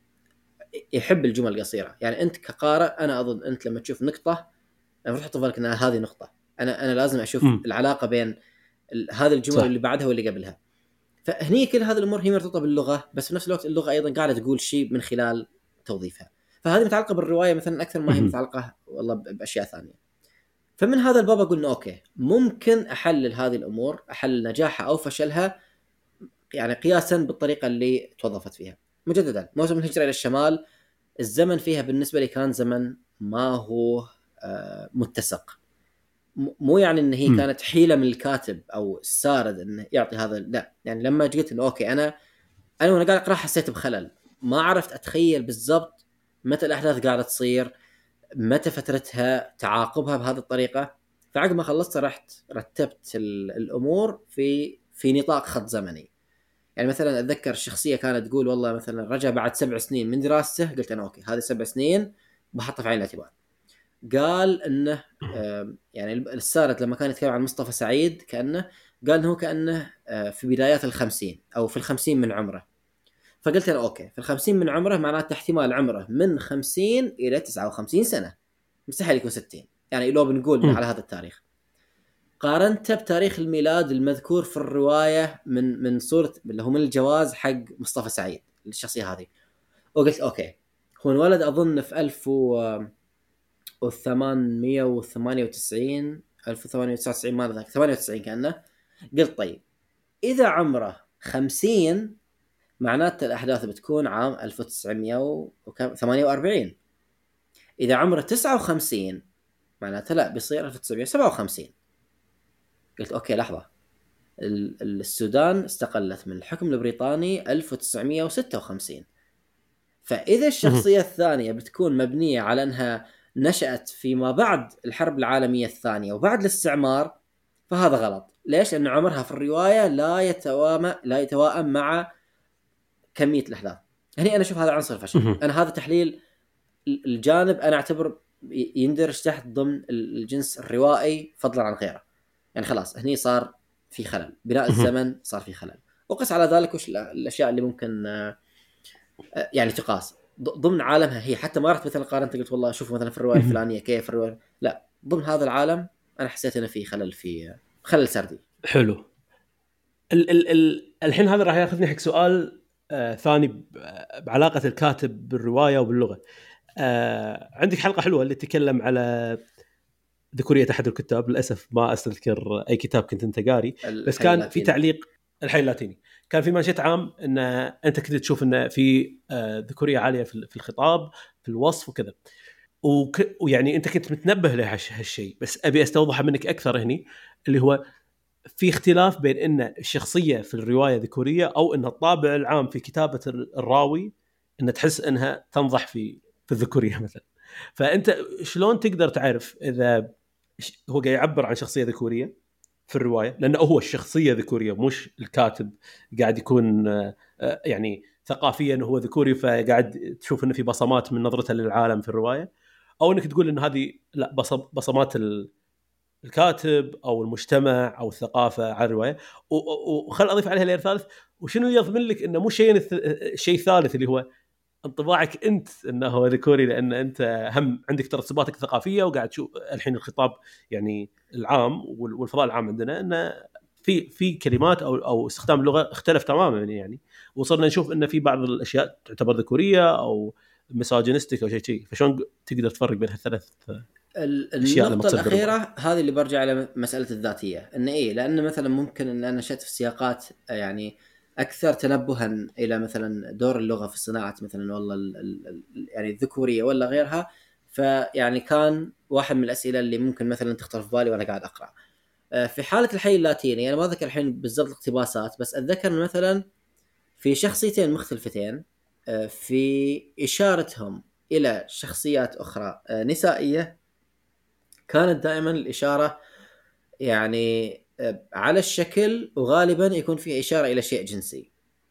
يحب الجمل القصيره. يعني انت كقارئ انا اظن انت لما تشوف نقطه المفروض تحط في بالك ان هذه نقطه، انا لازم اشوف العلاقه بين هذه الجمل صح. واللي بعدها واللي قبلها. فهني كل هذه الامور هي مرتبطه باللغه، بس في نفس الوقت اللغه ايضا قاعده تقول شيء من خلال توظيفها. فهذه متعلقه بالروايه مثلا اكثر ما هي متعلقه والله باشياء ثانيه. فمن هذا الباب اقول انه اوكي ممكن احلل هذه الامور، احلل نجاحها او فشلها يعني قياسا بالطريقه اللي توظفت فيها. مجددا موسم الهجره الى الشمال، الزمن فيها بالنسبه لي كان زمن ما هو متسق. مو يعني ان هي كانت حيله من الكاتب او السارد انه يعطي هذا، لا يعني لما قلت انه اوكي انا وانا قاعد اقرا حسيت بخلل، ما عرفت اتخيل بالضبط متى الاحداث قاعده تصير، متى فترتها، تعاقبها بهذه الطريقه. فعقب ما خلصت رحت رتبت الامور في نطاق خط زمني. يعني مثلا اتذكر الشخصيه كانت تقول والله مثلا رجع بعد 7 سنين من دراسته، قلت انا اوكي هذه 7 سنين بحطها في عين الاعتبار. قال انه يعني السارد لما كان يتكلم عن مصطفى سعيد كانه قال انه كانه في بدايات ال50 او في ال50 من عمره. فقلت انا اوكي في ال50 من عمره معناته احتمال عمره من 50 الى 59 سنه، مستحيل يكون 60، يعني لو بنقول على هذا التاريخ. قارنته بتاريخ الميلاد المذكور في الروايه من صوره اللي هو من الجواز حق مصطفى سعيد الشخصيه هذه، وقلت اوكي هو الولد اظن في 1898 1899 ما ذاك 98 كانه. قلت طيب اذا عمره 50 معناته الاحداث بتكون عام 1948. اذا عمره 59 معناته لا بيصير 1957. قلت اوكي لحظه، السودان استقلت من الحكم البريطاني 1956، فإذا الشخصية الثانية بتكون مبنية على أنها نشأت فيما بعد الحرب العالمية الثانية وبعد الاستعمار، فهذا غلط. ليش؟ لأن عمرها في الرواية لا يتوائم مع كمية الأحداث. هني أنا أشوف هذا عنصر فشل. أنا هذا تحليل الجانب أنا أعتبر يندرج تحت ضمن الجنس الروائي فضلا عن غيره. يعني خلاص هني صار في خلل، بناء الزمن صار في خلل. وقس على ذلك وش الأشياء اللي ممكن يعني تقاس ضمن عالمها هي. حتى ما رحت مثلا قارنت قلت والله شوف مثلا في الروايه الفلانيه كيف الروايه، لا ضمن هذا العالم انا حسيت انه في خلل، في خلل سردي. حلو. الحين هذا راح ياخذني حق سؤال ثاني بعلاقه الكاتب بالروايه وباللغه. عندك حلقه حلوه اللي تتكلم على ذكوريه احد الكتاب. للاسف ما استذكر اي كتاب كنت انت قاري، بس كان في تعليق الحي اللاتيني. كان في منشط عام ان انت كنت تشوف ان في ذكوريه عاليه في الخطاب في الوصف وكذا، ويعني انت كنت متنبه لهالشيء، بس ابي استوضح منك اكثر هني. اللي هو في اختلاف بين ان الشخصيه في الروايه ذكوريه او ان الطابع العام في كتابه الراوي ان تحس انها تنضح في الذكوريه مثلا. فانت شلون تقدر تعرف اذا هو قاعد يعبر عن شخصيه ذكوريه في الروايه لانه هو الشخصيه ذكوريه مش الكاتب قاعد يكون يعني ثقافيا هو ذكوري فقاعد تشوف انه في بصمات من نظرته للعالم في الروايه، او انك تقول ان هذه لا بصمات الكاتب او المجتمع او الثقافه على الروايه. وخل اضيف عليها لير ثالث، وشنو يضمن لك انه مو شيء ثالث اللي هو انطباعك انت انه ذكوري لان انت هم عندك ترتباتك الثقافيه وقاعد تشوف الحين الخطاب يعني العام والفضاء العام عندنا انه في كلمات او استخدام اللغه اختلف تماما يعني وصلنا نشوف ان في بعض الاشياء تعتبر ذكوريه او ميساجينستيك او شيء. فشلون تقدر تفرق بين هالثلاث اشياء النقطة الأخيرة هذه اللي برجع على مسألة الذاتية، إن إيه لأن مثلا ممكن إن أنا نشأت في سياقات يعني أكثر تنبها إلى مثلا دور اللغة في صناعة مثلا والله يعني الذكورية ولا غيرها. فيعني كان واحد من الأسئلة اللي ممكن مثلا تخطر في بالي وأنا قاعد أقرأ. في حالة الحي اللاتيني أنا ما أذكر الحين بالضبط الاقتباسات، بس أتذكر مثلا في شخصيتين مختلفتين في إشارتهم إلى شخصيات أخرى نسائية، كانت دائما الإشارة يعني على الشكل وغالبا يكون في إشارة إلى شيء جنسي.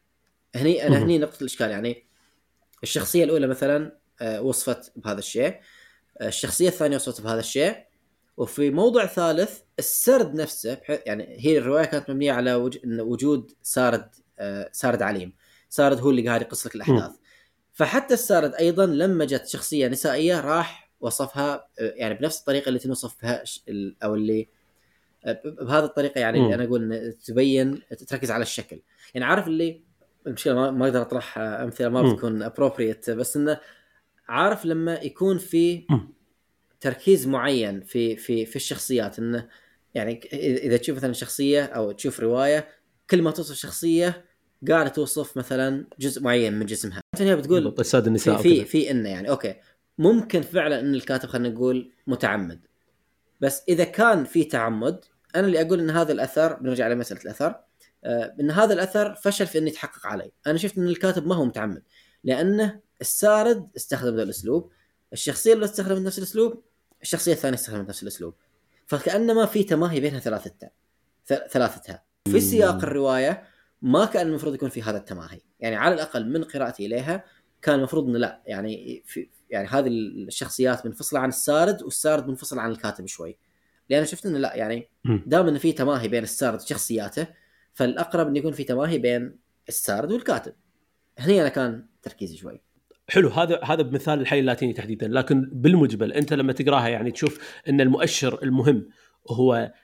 هني نقطة الإشكال. يعني الشخصية الأولى مثلا وصفت بهذا الشيء، الشخصية الثانية وصفت بهذا الشيء، وفي موضع ثالث السرد نفسه يعني هي الرواية كانت مبنية على وجود سارد عليم. سارد هو اللي قاعد يقص لك الأحداث. فحتى السارد أيضا لما جت شخصية نسائية راح وصفها يعني بنفس الطريقة اللي تنوصف بها أو اللي بهذه الطريقة يعني اللي أنا أقول تبين تركز على الشكل. يعني عارف اللي المشكلة ما أقدر أطرح أمثلة ما بتكون appropriate، بس إنه عارف لما يكون في تركيز معين في الشخصيات، إنه يعني إذا تشوف مثلا شخصية أو تشوف رواية كل ما توصف شخصية قاعدة توصف مثلا جزء معين من جسمها، أنت هنا بتقول اجساد النساء في إنه يعني أوكي ممكن فعلا إن الكاتب خلينا نقول متعمد، بس اذا كان في تعمد، انا اللي اقول ان هذا الاثر، بنرجع لمساله الاثر، ان هذا الاثر فشل في انه يتحقق علي. انا شفت ان الكاتب ما هو متعمد، لانه السارد استخدم ذا الاسلوب، الشخصيه اللي استخدمت نفس الاسلوب، الشخصيه الثانيه استخدمت نفس الاسلوب، فكانما في تماهي بينها ثلاثتها. في سياق الروايه ما كان المفروض يكون في هذا التماهي، يعني على الاقل من قراءتي اليها كان المفروض انه لا، يعني يعني هذه الشخصيات منفصله عن السارد، والسارد منفصل عن الكاتب شوي، لأن شفت إنه لا، يعني دام إنه في تماهي بين السارد وشخصياته، فالأقرب إنه يكون في تماهي بين السارد والكاتب. هني أنا كان تركيزي شوي. حلو. هذا بمثال الحي اللاتيني تحديدا، لكن بالمجمل انت لما تقراها يعني تشوف ان المؤشر المهم هو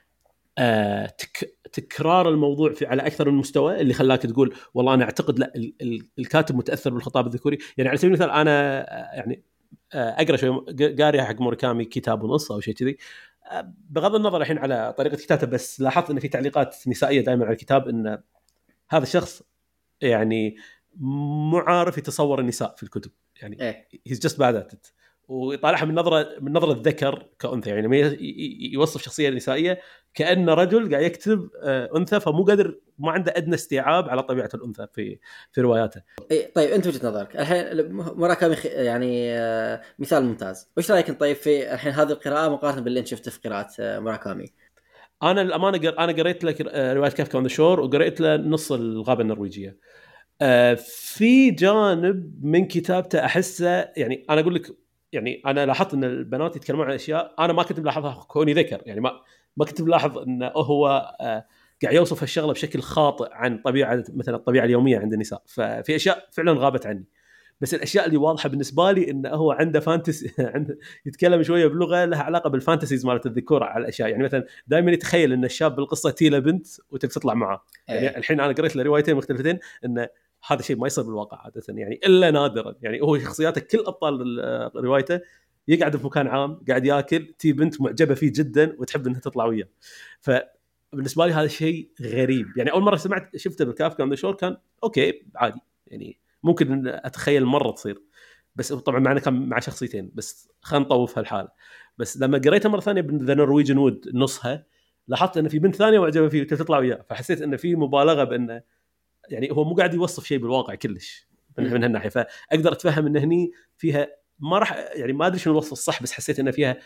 تكرار الموضوع على اكثر من مستوى، اللي خلاك تقول والله انا اعتقد لا الكاتب متاثر بالخطاب الذكوري. يعني على سبيل المثال انا يعني اقرا شوي قاري حق موريكامي كتاب ونص او شيء كذي، بغض النظر الحين على طريقه كتابته، بس لاحظت ان في تعليقات نسائيه دائما على الكتاب، ان هذا الشخص يعني مو عارف يتصور النساء في الكتب، يعني هيز جاست باد ات، ويطالعها من نظره الذكر كأنثى، يعني يوصف شخصيه نسائيه كأنه رجل قاعد يكتب أنثى، فمو قادر، ما عنده أدنى استيعاب على طبيعة الأنثى في رواياته. طيب أنت وجهة نظرك الحين مراكمي يعني مثال ممتاز. وش رأيك طيب في الحين هذه القراءة مقارنة باللي أنت شفته في قراءة مراكمي؟ أنا الأمانة أنا قريت لك رواية كافكا أون ذا شور، وقريت له نص الغابة النرويجية. في جانب من كتابته أحسه، يعني أنا أقول لك، يعني أنا لاحظت أن البنات يتكلمون عن أشياء أنا ما كنت ملاحظها كوني ذكر، يعني ما كنت ملاحظ أنه هو قاعد يوصف هالشغلة بشكل خاطئ عن طبيعة مثلا الطبيعة اليومية عند النساء. ففي أشياء فعلا غابت عني، بس الأشياء اللي واضحة بالنسبة لي أنه هو عنده فانتسي يتكلم شوية بلغة لها علاقة بالفانتسيز مالت الذكور على الأشياء. يعني مثلا دائما يتخيل أن الشاب بالقصة تيله بنت وتبي تطلع معه. يعني الحين أنا قريت له روايتين مختلفتين أن هذا شيء ما يصير بالواقع عادة، يعني إلا نادرا. يعني هو شخصياته كل أبطال روايته يقعد في مكان عام قاعد ياكل، تي بنت معجبة فيه جدا وتحب أنها تطلع وياه. فبالنسبة لي هذا شيء غريب. يعني أول مرة شفته بالكافكا أون ذا شور كان أوكي عادي، يعني ممكن أتخيل مرة تصير، بس طبعا معنا كان مع شخصيتين بس، خلينا نطوف هالحالة. بس لما قريتها مرة ثانية بذا نرويجن وود نصها، لاحظت أن في بنت ثانية معجبة فيه وتطلع وياه، فحسيت أن في مبالغة بأنه يعني هو مو قاعد يوصف شيء بالواقع كلش من هالناحيه. فاقدر اتفهم ان هني فيها ما راح، يعني ما ادري شنو الوصف الصح، بس حسيت ان فيها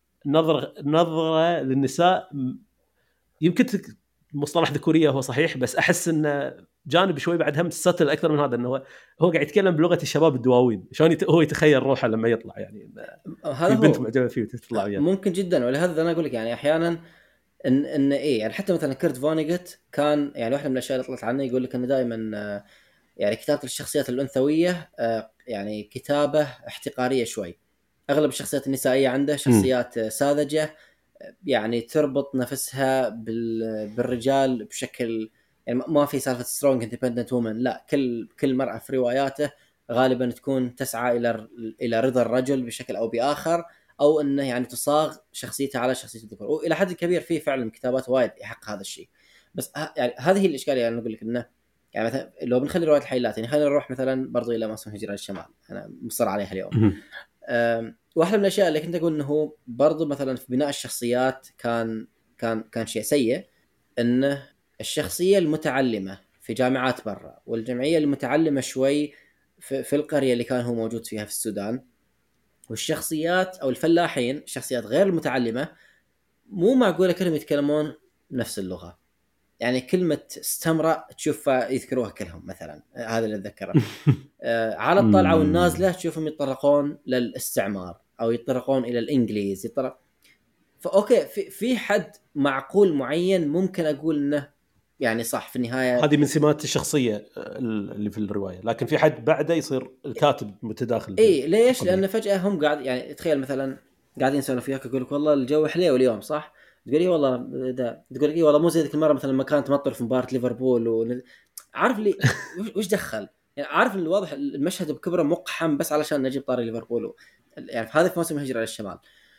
نظره للنساء. يمكن مصطلح ذكوريه هو صحيح، بس احس ان جانب شوي بعد هم ستل اكثر من هذا، انه هو قاعد يتكلم بلغه الشباب الدواوين، شلون هو يتخيل روحه لما يطلع، يعني هذا في بنت معجبه فيه وتطلع وياه. ممكن جدا. ولهذا انا اقول لك يعني احيانا ان ايه، يعني حتى مثلا كيرت فونيغت كان يعني واحده من الاشياء اللي طلعت عنه يقول لك انه دائما يعني كتابه الشخصيات الانثويه يعني كتابه احتقاريه شوي. اغلب الشخصيات النسائيه عنده شخصيات ساذجه، يعني تربط نفسها بالرجال بشكل، يعني ما في سالفه سترونج اندبندنت وومن، لا، كل مرأة في رواياته غالبا تكون تسعى الى رضا الرجل بشكل او باخر، او انه يعني تصاغ شخصيتها على شخصيه الذكور. والى حد كبير في فعلا كتابات وايد يحق هذا الشيء. بس يعني هذه الاشكاليه، يعني اقول لك انه يعني مثلا لو بنخلي روايه الحيلات، يعني خلينا نروح مثلا برضو الى موسم هجرة للشمال، انا مصر عليها اليوم. واحده من الاشياء اللي كنت اقول انه هو برضو مثلا في بناء الشخصيات كان شيء سيء، انه الشخصيه المتعلمه في جامعات برا، والجمعيه المتعلمه شوي في القريه اللي كان هو موجود فيها في السودان، والشخصيات او الفلاحين الشخصيات غير المتعلمه، مو معقوله كلهم يتكلمون نفس اللغه. يعني كلمه استمرأ تشوفها يذكروها كلهم مثلا، هذا اللي اتذكره. على الطلعه والنازله تشوفهم يتطرقون للاستعمار او يتطرقون الى الانجليز فاوكي، في حد معقول معين ممكن اقول انه يعني صح في النهايه، هذه من سمات الشخصيه اللي في الروايه، لكن في حد بعده يصير الكاتب متداخل. اي ليش؟ لان فجاه هم قاعد، يعني تخيل مثلا قاعدين يسولفون فيك، يقول لك والله الجو حليو اليوم صح، تقول لي والله ده، تقول لك اي والله مو زي ذيك المره مثلا لما كانت تمطر في مباراه ليفربول عارف لي وش دخل؟ يعني عارف الواضح المشهد بكبره مقحم بس علشان نجيب طاري ليفربول يعني في هذا في موسم هجرة للشمال.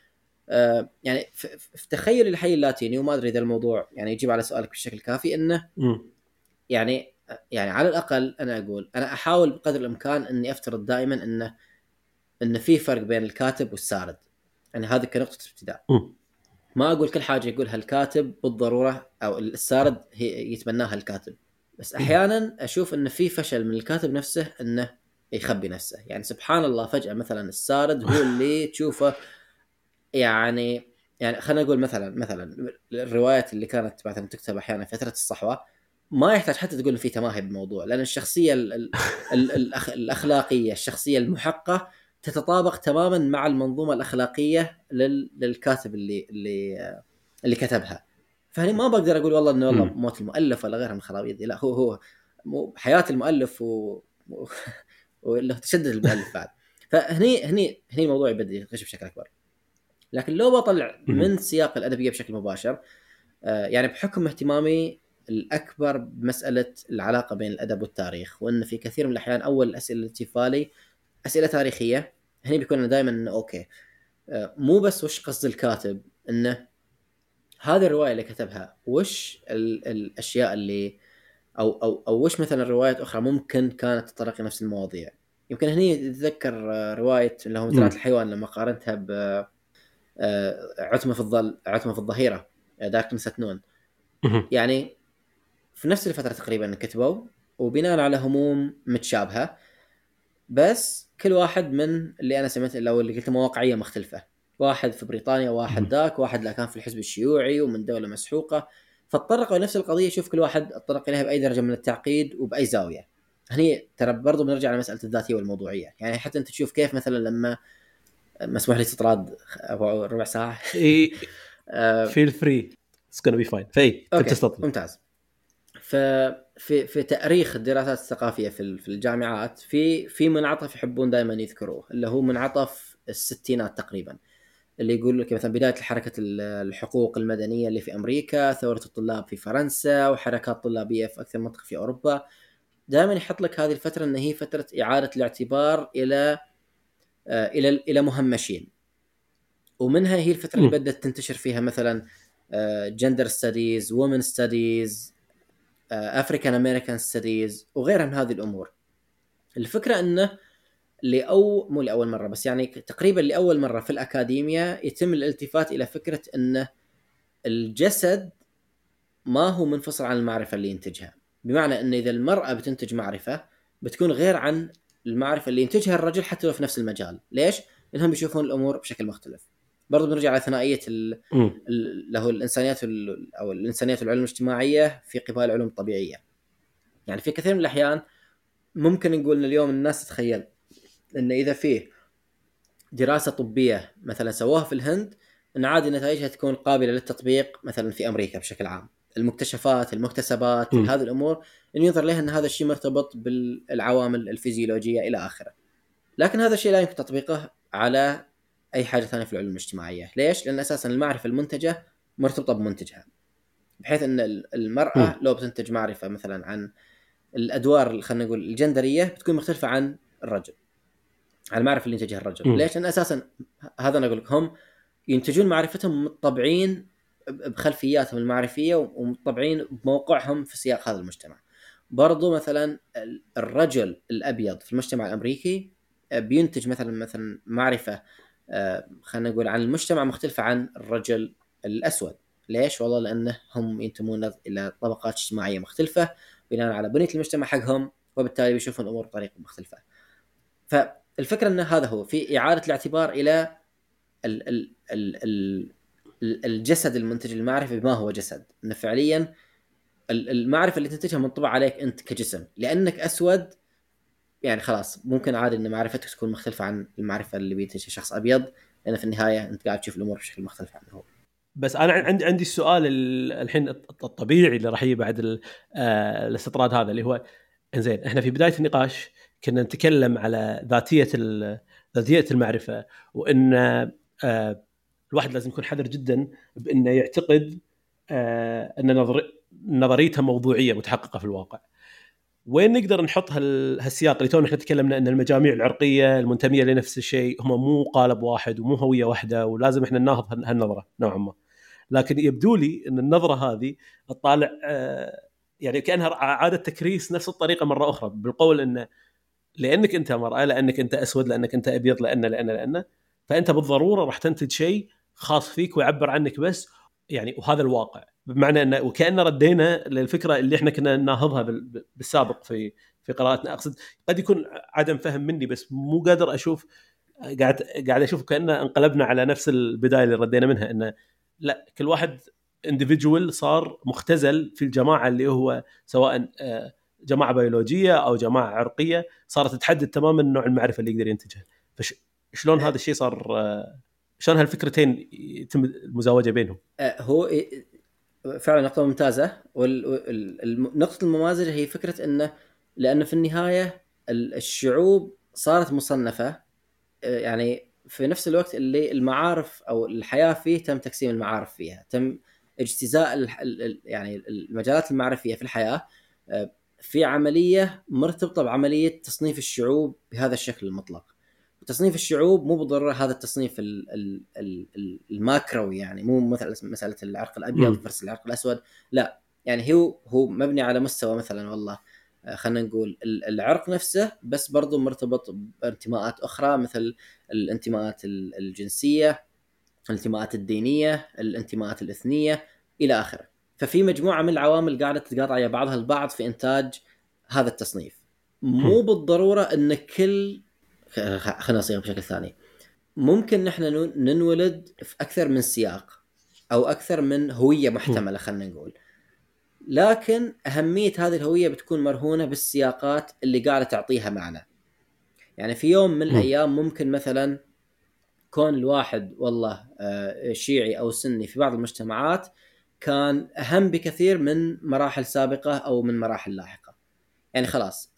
يعني في تخيل الحي اللاتيني، وما ادري اذا الموضوع يعني يجيب على سؤالك بشكل كافي، انه يعني على الاقل انا اقول انا احاول بقدر الامكان اني افترض دائما انه في فرق بين الكاتب والسارد، يعني هذه كنقطه ابتداء. ما اقول كل حاجه يقولها الكاتب بالضروره او السارد هي يتبناها الكاتب، بس احيانا اشوف انه في فشل من الكاتب نفسه انه يخبي نفسه. يعني سبحان الله فجاه مثلا السارد هو اللي تشوفه يعني خلينا نقول مثلا الروايات اللي كانت مثلا تكتب احيانا فتره الصحوه ما يحتاج حتى تقول إن في تماهي بالموضوع، لان الشخصيه الاخلاقيه، الشخصيه المحقه تتطابق تماما مع المنظومه الاخلاقيه للكاتب اللي كتبها. فهني ما بقدر اقول والله انه والله موت المؤلف ولا غيرها من الخرابيط دي، لا هو حياه المؤلف وله تشدد المؤلف بعد. فهني الموضوع يبدأ يخش بشكل اكبر. لكن لو بطلع من سياق الأدبية بشكل مباشر، يعني بحكم اهتمامي الأكبر بمسألة العلاقة بين الأدب والتاريخ، وأن في كثير من الأحيان أول الأسئلة التي في بالي أسئلة تاريخية، هني بيكون دائما أوكي مو بس وش قصد الكاتب، أنه هذه الرواية اللي كتبها وش الأشياء اللي أو وش مثلا روايات أخرى ممكن كانت تطرق لنفس المواضيع. يمكن هني أتذكر رواية اللي هو مزرعة الحيوان لما قارنتها ب عتمة في الظهيرة داركنس ات نون. يعني في نفس الفترة تقريبا كتبوا، وبناء على هموم متشابهة، بس كل واحد من اللي أنا سمعت اللي قلت مواقعية مختلفة. واحد في بريطانيا، واحد ذاك، واحد لا كان في الحزب الشيوعي ومن دولة مسحوقة، فاتطرقوا لنفس القضية. شوف كل واحد اتطرق إليها بأي درجة من التعقيد وبأي زاوية. هني ترى برضو بنرجع لمسألة الذاتية والموضوعية. يعني حتى أنت تشوف كيف مثلا لما مسموح لي استطراد ربع ساعة feel free it's gonna be fine. اوكي ممتاز. في تاريخ الدراسات الثقافيه في الجامعات في منعطف يحبون دائما يذكروه، اللي هو منعطف الستينات تقريبا، اللي يقول لك مثلا بدايه حركه الحقوق المدنيه اللي في امريكا، ثوره الطلاب في فرنسا، وحركات طلابيه في اكثر منطقه في اوروبا. دائما يحط لك هذه الفتره ان هي فتره اعاده الاعتبار الى مهمشين، ومنها هي الفتره اللي بدات تنتشر فيها مثلا جندر ستاديز، وومن ستاديز، افريكان امريكان ستاديز، وغيرها من هذه الامور. الفكره انه مو لاول مره، بس يعني تقريبا لاول مره في الاكاديميا يتم الالتفات الى فكره انه الجسد ما هو منفصل عن المعرفه اللي ينتجها. بمعنى ان اذا المراه بتنتج معرفه بتكون غير عن المعرفه اللي ينتجها الرجل حتى لو في نفس المجال. ليش؟ لانهم بيشوفون الامور بشكل مختلف. برضو بنرجع على ثنائيه له الانسانيات او الانسانيات والعلوم الاجتماعيه في قبال العلوم الطبيعيه. يعني في كثير من الأحيان ممكن نقول إن اليوم الناس تتخيل إن إذا فيه دراسة طبية مثلا سووها في الهند، إن عادي نتائجها تكون قابلة للتطبيق مثلا في أمريكا بشكل عام. المكتشفات، المكتسبات، هذه الأمور إن ينظر لها إن هذا الشيء مرتبط بالعوامل الفيزيولوجية إلى آخره. لكن هذا الشيء لا يمكن تطبيقه على أي حاجة ثانية في العلوم الاجتماعية. ليش؟ لأن أساسا المعرفة المنتجة مرتبطة بمنتجها، بحيث أن المرأة لو بتنتج معرفة مثلا عن الادوار خلينا نقول الجندريه بتكون مختلفه عن الرجل، عن المعرفه اللي ينتجها الرجل. ليش؟ لان اساسا هذا انا اقول لك هم ينتجون معرفتهم مطبعين بخلفياتهم المعرفيه ومطبعين بموقعهم في سياق هذا المجتمع. برضو مثلا الرجل الابيض في المجتمع الامريكي بينتج مثلا معرفه خلينا نقول عن المجتمع مختلفه عن الرجل الاسود. ليش؟ والله لانه هم ينتمون الى طبقات اجتماعيه مختلفه بناء على بنية المجتمع حقهم، وبالتالي بيشوفون الأمور بطريقة مختلفة. فالفكرة أن هذا هو في إعادة الاعتبار إلى ال ال ال ال الجسد المنتج المعرفة بما هو جسد. أنه فعليا المعرفة اللي تنتجها منطبع عليك أنت كجسم، لأنك أسود يعني خلاص ممكن عادي أن معرفتك تكون مختلفة عن المعرفة اللي بينتجها شخص أبيض، لأن في النهاية أنت قاعد تشوف الأمور بشكل مختلف عنه هو. بس انا عندي السؤال الحين الطبيعي اللي راح يجي بعد الاستطراد هذا، اللي هو انزين احنا في بدايه النقاش كنا نتكلم على ذاتيه المعرفه، وان الواحد لازم يكون حذر جدا بانه يعتقد ان نظريته موضوعيه متحققه في الواقع. وين نقدر نحط هالسياق اللي تونا احنا تكلمنا ان المجاميع العرقيه المنتميه لنفس الشيء هم مو قالب واحد ومو هويه واحده، ولازم احنا نناهض هالنظره نوعا ما. لكن يبدو لي ان النظره هذه تطالع يعني كانها اعاده تكريس نفس الطريقه مره اخرى، بالقول انه لانك انت مرأة، لانك انت اسود، لانك انت ابيض، لان فانت بالضروره راح تنتج شيء خاص فيك ويعبر عنك بس، يعني وهذا الواقع. بمعنى انه وكأن ردينا للفكره اللي احنا كنا نناهضها بالسابق في قراءتنا. اقصد قد يكون عدم فهم مني، بس مو قادر اشوف، قاعد اشوف كأننا انقلبنا على نفس البدايه اللي ردينا منها، انه لا، كل واحد individual صار مختزل في الجماعه اللي هو سواء جماعه بيولوجيه او جماعه عرقيه، صارت تحدد تماما نوع المعرفه اللي يقدر ينتجها. فشلون هذا الشيء صار؟ شلون هالفكرتين يتم المزاوجه بينهم؟ هو فعلا نقطة ممتازة. والنقطة الممازجة هي فكرة انه لأن في النهاية الشعوب صارت مصنفة، يعني في نفس الوقت اللي المعارف او الحياة فيه تم تقسيم المعارف فيها، تم اجتزاء يعني المجالات المعرفية في الحياة في عملية مرتبطة بعملية تصنيف الشعوب بهذا الشكل المطلق. وتصنيف الشعوب مو بالضرورة هذا التصنيف الماكروي، يعني مو مثلا مسألة العرق الأبيض versus العرق الأسود، لا، يعني هو مبني على مستوى مثلا والله خلينا نقول العرق نفسه، بس برضو مرتبط بانتماءات أخرى مثل الانتماءات الجنسية، الانتماءات الدينية، الانتماءات الإثنية إلى آخره. ففي مجموعة من العوامل قاعدة تتقاطع بعضها البعض في إنتاج هذا التصنيف. مو بالضرورة أن كل، خلينا نصيغ بشكل ثاني، ممكن نحن ننولد في أكثر من سياق أو أكثر من هوية محتملة خلينا نقول، لكن أهمية هذه الهوية بتكون مرهونة بالسياقات اللي قاعدة تعطيها معنى. يعني في يوم من الأيام ممكن مثلا كون الواحد والله شيعي أو سني في بعض المجتمعات كان أهم بكثير من مراحل سابقة أو من مراحل لاحقة. يعني خلاص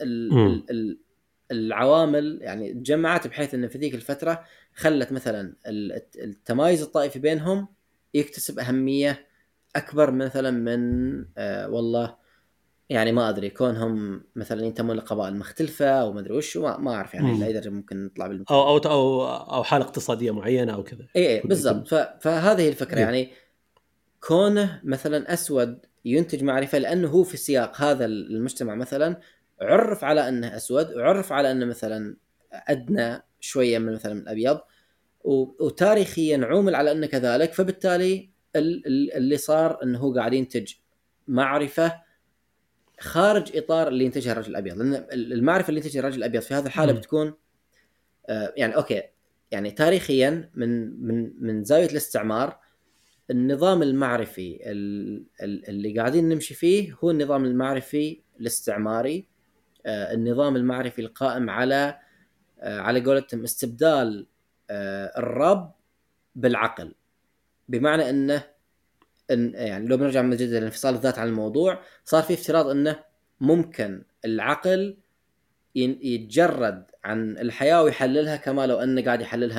العوامل يعني تجمعت بحيث أن في ذيك الفترة خلت مثلا التمايز الطائفي بينهم يكتسب أهمية أكبر مثلا من والله يعني ما أدري كونهم مثلا ينتمون لقبائل مختلفة أو ما أدري وش، ما أعرف يعني إلا إذا ممكن نطلع أو حالة اقتصادية معينة أو كذا. إيه بالضبط. فهذه الفكرة يعني كونه مثلا أسود ينتج معرفة لأنه هو في سياق هذا المجتمع مثلا عرف على أنه أسود، وعرف على أنه مثلا أدنى شوية من مثلا من الأبيض، وتاريخيا عومل على أنه كذلك. فبالتالي اللي صار أنه هو قاعد ينتج معرفة خارج إطار اللي ينتجها الرجل الأبيض، لأن المعرفة اللي ينتجها الرجل الأبيض في هذه الحالة بتكون يعني أوكي، يعني تاريخيا من زاوية الاستعمار النظام المعرفي اللي قاعدين نمشي فيه هو النظام المعرفي الاستعماري، النظام المعرفي القائم على قولتهم استبدال الرب بالعقل. بمعنى انه يعني لو بنرجع من جديد لانفصال الذات عن الموضوع، صار في افتراض انه ممكن العقل يتجرد عن الحياة ويحللها كما لو انه قاعد يحللها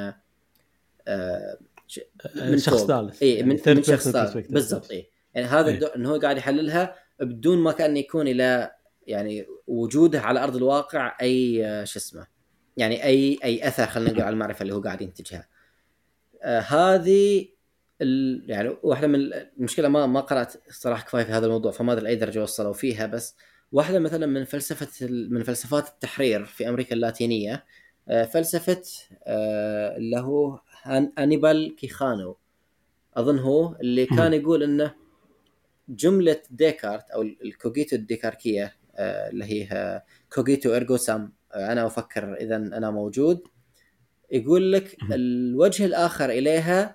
من شخص فوق. ثالث، اي يعني من شخص ثالث بالضبط. اي يعني هذا انه هو قاعد يحللها بدون ما كان يكون الى يعني وجوده على ارض الواقع اي شو اسمه، يعني اي اثر خلينا نقول على المعرفه اللي هو قاعد ينتجها. هذه يعني واحده من المشكله، ما قرات صراحه كفايه في هذا الموضوع، فما ادري اي درجه وصلوا فيها. بس واحده مثلا من فلسفات التحرير في امريكا اللاتينيه فلسفه اللي هو هانيبال كيخانو اظن هو اللي كان يقول انه جمله ديكارت او الكوجيتو الديكاركيه اللي هي كوجيتو ارجو سام، انا افكر اذا انا موجود، يقول لك الوجه الاخر اليها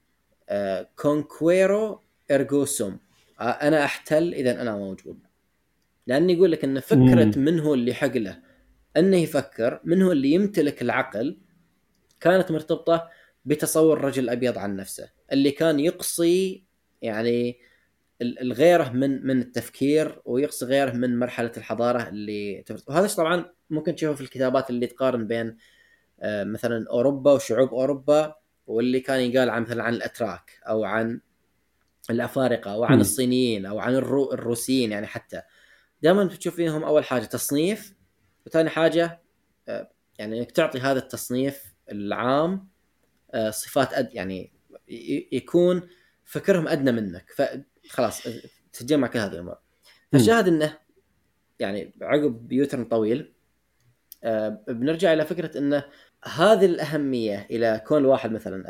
كونكويرو ارجو سوم، انا احتل اذا انا موجود. لان يقول لك ان فكره من هو اللي حق له انه يفكر، من هو اللي يمتلك العقل، كانت مرتبطه بتصور الرجل الابيض عن نفسه اللي كان يقصي يعني الغيره من التفكير، ويقصي غيره من مرحله الحضاره اللي وهذا طبعا ممكن تشوفه في الكتابات اللي تقارن بين مثلا اوروبا وشعوب اوروبا، واللي كان يقال عن مثلا عن الاتراك او عن الافارقه او عن الصينيين او عن الروسيين. يعني حتى دائما بتشوف فيهم اول حاجه تصنيف، وثاني حاجه يعني انك تعطي هذا التصنيف العام صفات يعني يكون فكرهم ادنى منك، فخلاص تتجمع كل هذه الامور. فالشاهد انه يعني عقب يوترن طويل بنرجع الى فكره انه هذه الاهميه الى كون الواحد مثلا اسود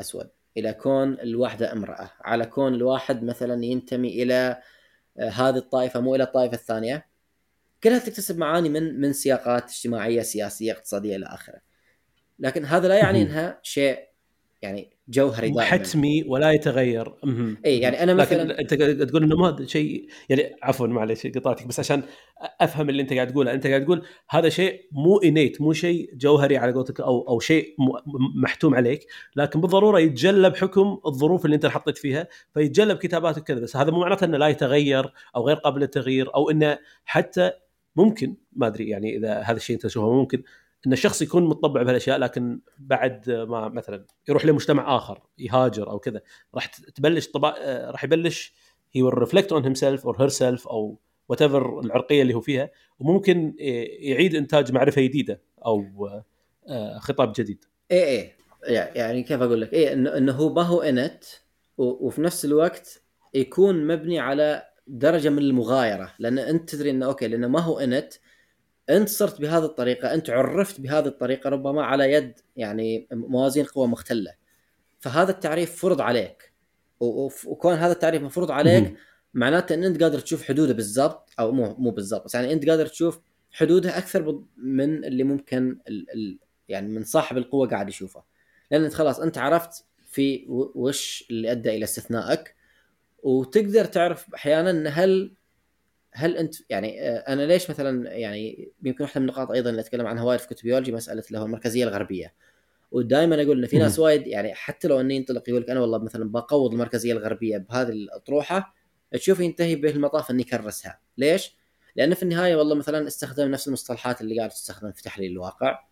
الى كون الواحده امراه، على كون الواحد مثلا ينتمي الى هذه الطائفه مو الى الطائفه الثانيه. كلها تكتسب معاني من سياقات اجتماعيه سياسيه اقتصاديه الى اخره. لكن هذا لا يعني مهم. انها شيء يعني جوهري دائما. حتمي ولا يتغير. اي مهم. يعني انا لكن مثلا انت قاعد تقول انه ما هذا شيء، يعني عفوا معلش قطعتك، بس عشان افهم اللي انت قاعد تقوله. انت قاعد تقول هذا شيء مو انيت، مو شيء جوهري على قولتك، او شيء محتوم عليك، لكن بالضروره يتجلى بحكم الظروف اللي انت حطيت فيها، فيتجلى بكتاباتك كذا. بس هذا مو معناته انه لا يتغير او غير قابل للتغيير، او انه حتى ممكن، ما ادري يعني اذا هذا الشيء انت تشوفه ممكن ان الشخص يكون متطبع بهالاشياء، لكن بعد ما مثلا يروح لمجتمع اخر، يهاجر او كذا، راح تبلش طبع، راح يبلش he will reflect on himself or herself او whatever العرقيه اللي هو فيها، وممكن يعيد انتاج معرفه جديده او خطاب جديد. ايه يعني كيف اقول لك، ايه انه هو ما هو انت، وفي نفس الوقت يكون مبني على درجه من المغايره، لان انت تدري انه اوكي، لانه ما هو انت صرت بهذه الطريقه، انت عرفت بهذه الطريقه ربما على يد يعني موازين قوى مختله، فهذا التعريف فرض عليك. وكون هذا التعريف مفروض عليك معناته ان انت قادر تشوف حدوده بالضبط، او مو بالضبط، بس يعني انت قادر تشوف حدوده اكثر من اللي ممكن يعني من صاحب القوه قاعد يشوفه، لان انت خلاص انت عرفت في وش اللي ادى الى استثنائك. وتقدر تعرف احيانا ان هل انت يعني انا ليش مثلا، يعني يمكن واحده من النقاط ايضا اللي اتكلم عنها وايد في كتب بيولوجي مساله اللي هو المركزيه الغربيه. ودائما اقول ان في ناس وايد يعني حتى لو اني ينطلق يقول لك انا والله مثلا بقوض المركزيه الغربيه بهذه الاطروحه، تشوف ينتهي به المطاف اني يكرسها. ليش؟ لان في النهايه والله مثلا استخدم نفس المصطلحات اللي قاعد تستخدم في تحليل الواقع،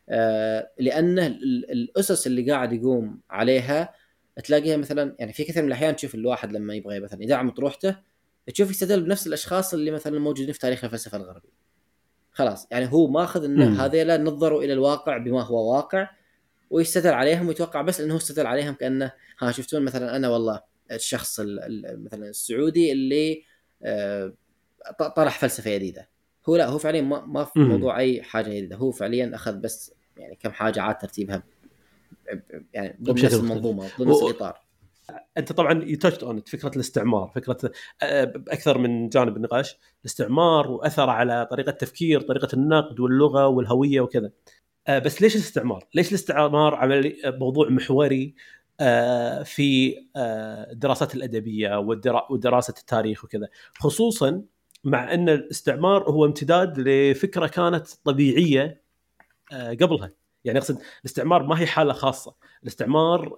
لان الاسس اللي قاعد يقوم عليها تلاقيها مثلا، يعني في كثير من الاحيان تشوف الواحد لما يبغى مثلا يدعم اطروحته تشوف يستدل بنفس الاشخاص اللي مثلا موجودين في تاريخ الفلسفه الغربيه. خلاص يعني هو ماخذ ان هذيلا نظروا الى الواقع بما هو واقع، ويستدل عليهم ويتوقع بس انه هو استدل عليهم كانه ها شفتون مثلا انا والله الشخص مثلا السعودي اللي طرح فلسفه جديده. هو لا، هو فعليا ما في موضوع اي حاجه جديده، هو فعليا اخذ بس يعني كم حاجه عاد ترتيبها يعني ضمن بشكل نفس مختلف. المنظومه ضمن نفس الاطار. انت طبعا يتشت اون فكره الاستعمار، فكره باكثر من جانب النقاش، الاستعمار واثره على طريقه التفكير، طريقه النقد واللغه والهويه وكذا. بس ليش الاستعمار؟ ليش الاستعمار عمل موضوع محوري في الدراسات الادبيه ودراسه التاريخ وكذا، خصوصا مع ان الاستعمار هو امتداد لفكره كانت طبيعيه قبلها. يعني اقصد الاستعمار ما هي حاله خاصه، الاستعمار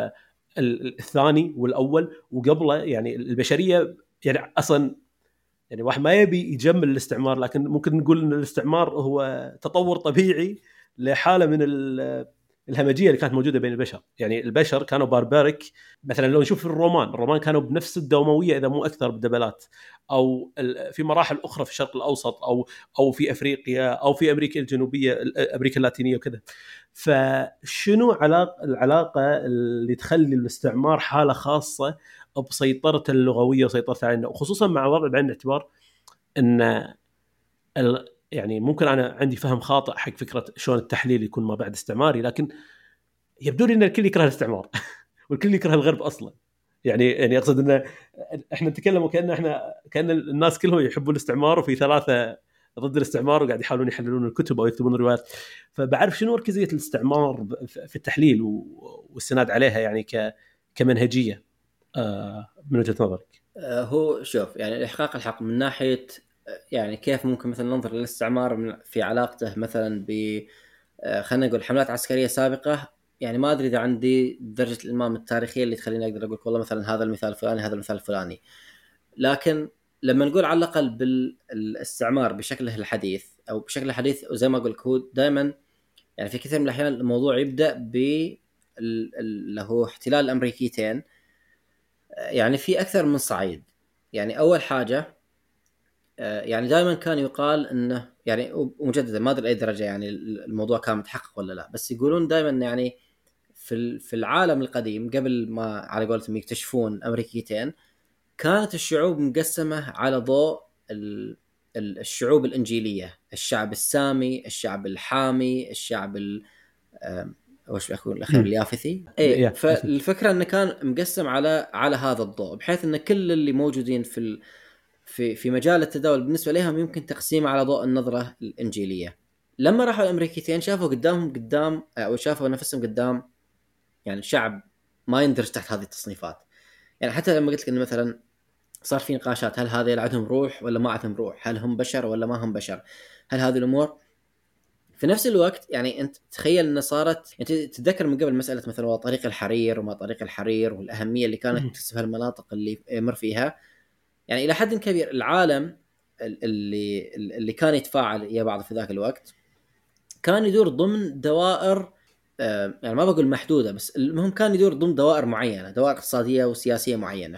الثاني والاول وقبله، يعني البشريه يعني اصلا، يعني واحد ما يبي يجمل الاستعمار، لكن ممكن نقول ان الاستعمار هو تطور طبيعي لحاله من الهمجيه اللي كانت موجوده بين البشر. يعني البشر كانوا بارباريك، مثلا لو نشوف الرومان كانوا بنفس الدومويه اذا مو اكثر بالدبلات، او في مراحل اخرى في الشرق الاوسط، او في افريقيا، او في امريكا الجنوبيه، امريكا اللاتينيه وكذا. فشنو العلاقه اللي تخلي الاستعمار حاله خاصه بسيطرته اللغويه وسيطرته علينا، وخصوصا مع وضع بعين الاعتبار ان يعني ممكن انا عندي فهم خاطئ حق فكره شلون التحليل يكون ما بعد استعماري، لكن يبدو لي ان الكل يكره الاستعمار والكل يكره الغرب اصلا. يعني اقصد ان احنا نتكلم وكان احنا كان الناس كلهم يحبون الاستعمار، وفي ثلاثه ضد الاستعمار وقاعد يحاولون يحللون الكتب او يكتبون روايات. فبعرف شنو مركزيه الاستعمار في التحليل والسناد عليها، يعني كمنهجيه من وجهه نظرك. هو شوف يعني احقاق الحق من ناحيه يعني كيف ممكن مثلا ننظر للاستعمار في علاقته مثلا ب خلينا نقول حملات عسكريه سابقه. يعني ما ادري اذا عندي درجه الالمام التاريخيه اللي تخليني اقدر اقول والله مثلا هذا المثال الفلاني هذا المثال الفلاني. لكن لما نقول على الاقل بالاستعمار بشكله الحديث او بشكل الحديث، وزي ما اقول هو دائما يعني في كثير من الاحيان الموضوع يبدا ب اللي هو احتلال الامريكيتين يعني في اكثر من صعيد. يعني اول حاجه يعني دائما كان يقال انه يعني، ومجددا ما ادري اي درجه يعني الموضوع كان متحقق ولا لا، بس يقولون دائما يعني في العالم القديم قبل ما على قولتهم يكتشفون امريكيتين كانت الشعوب مقسمه على ضوء الشعوب الانجيليه، الشعب السامي، الشعب الحامي، الشعب وش بيكون الاخير اليافثي. فالفكره انه كان مقسم على هذا الضوء، بحيث ان كل اللي موجودين في مجال التداول بالنسبه لهم يمكن تقسيمه على ضوء النظره الانجيليه. لما راحوا الامريكيين شافوا قدام او شافوا نفسهم قدام يعني شعب ما يندرج تحت هذه التصنيفات. يعني حتى لما قلت لك انه مثلا صار في نقاشات، هل هذا عندهم روح ولا ما عندهم روح، هل هم بشر ولا ما هم بشر، هل هذه الامور في نفس الوقت. يعني انت تخيل ان صارت، انت تتذكر من قبل مساله مثلا طريق الحرير وما طريق الحرير والأهمية اللي كانت تكتسبها المناطق اللي يمر فيها. يعني إلى حد كبير العالم اللي كان يتفاعل يا بعض في ذاك الوقت كان يدور ضمن دوائر، يعني ما بقول محدودة، بس المهم كان يدور ضمن دوائر معينة، دوائر اقتصادية وسياسية معينة.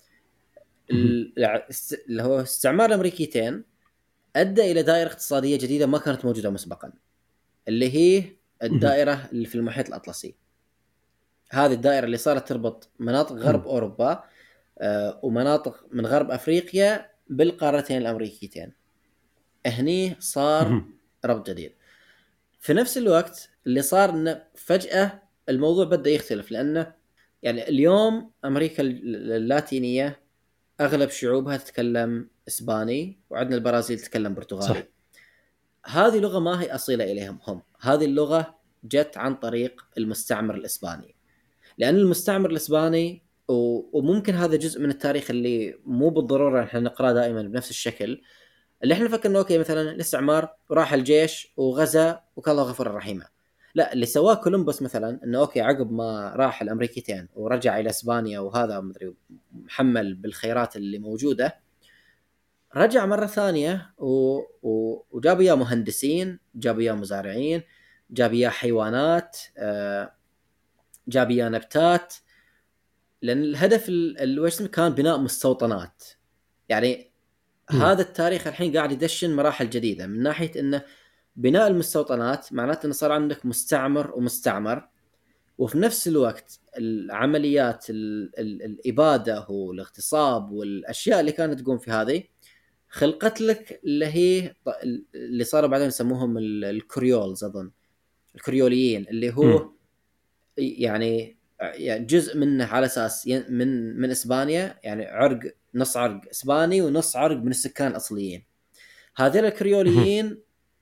اللي هو استعمار الأمريكيتين أدى إلى دائرة اقتصادية جديدة ما كانت موجودة مسبقا، اللي هي الدائرة اللي في المحيط الأطلسي. هذه الدائرة اللي صارت تربط مناطق غرب أوروبا ومناطق من غرب أفريقيا بالقارتين الأمريكيتين. هني صار ربط جديد. في نفس الوقت اللي صار إنه فجأة الموضوع بدأ يختلف، لأنه يعني اليوم أمريكا اللاتينية أغلب شعوبها تتكلم إسباني، وعندنا البرازيل تتكلم برتغالي. صح. هذه لغة ما هي أصيلة إليهم هم، هذه اللغة جت عن طريق المستعمر الإسباني، لأن المستعمر الإسباني وممكن هذا جزء من التاريخ اللي مو بالضرورة احنا نقرأ دائما بنفس الشكل، اللي احنا نفكر انه اوكي مثلا الاستعمار راح الجيش وغزا وكان الله غفور رحيم. لا، اللي سواه كولومبوس مثلا انه اوكي عقب ما راح الامريكيتين ورجع الى اسبانيا وهذا مدري محمل بالخيرات اللي موجودة، رجع مرة ثانية وجاب يا مهندسين، جاب يا مزارعين، جاب يا حيوانات، جاب يا نباتات، لأن الهدف الوجه كان بناء مستوطنات. يعني هذا التاريخ الحين قاعد يدشن مراحل جديدة من ناحية إنه بناء المستوطنات معناته إنه صار عندك مستعمر ومستعمر، وفي نفس الوقت العمليات الإبادة والاغتصاب والأشياء اللي كانت تقوم في هذه خلقت لك اللي هي اللي صاروا بعدين يسموهم الكريولز، أظن الكريوليين، اللي هو يعني جزء منه على اساس من اسبانيا، يعني عرق، نص عرق اسباني ونص عرق من السكان الاصليين. هذول الكريوليين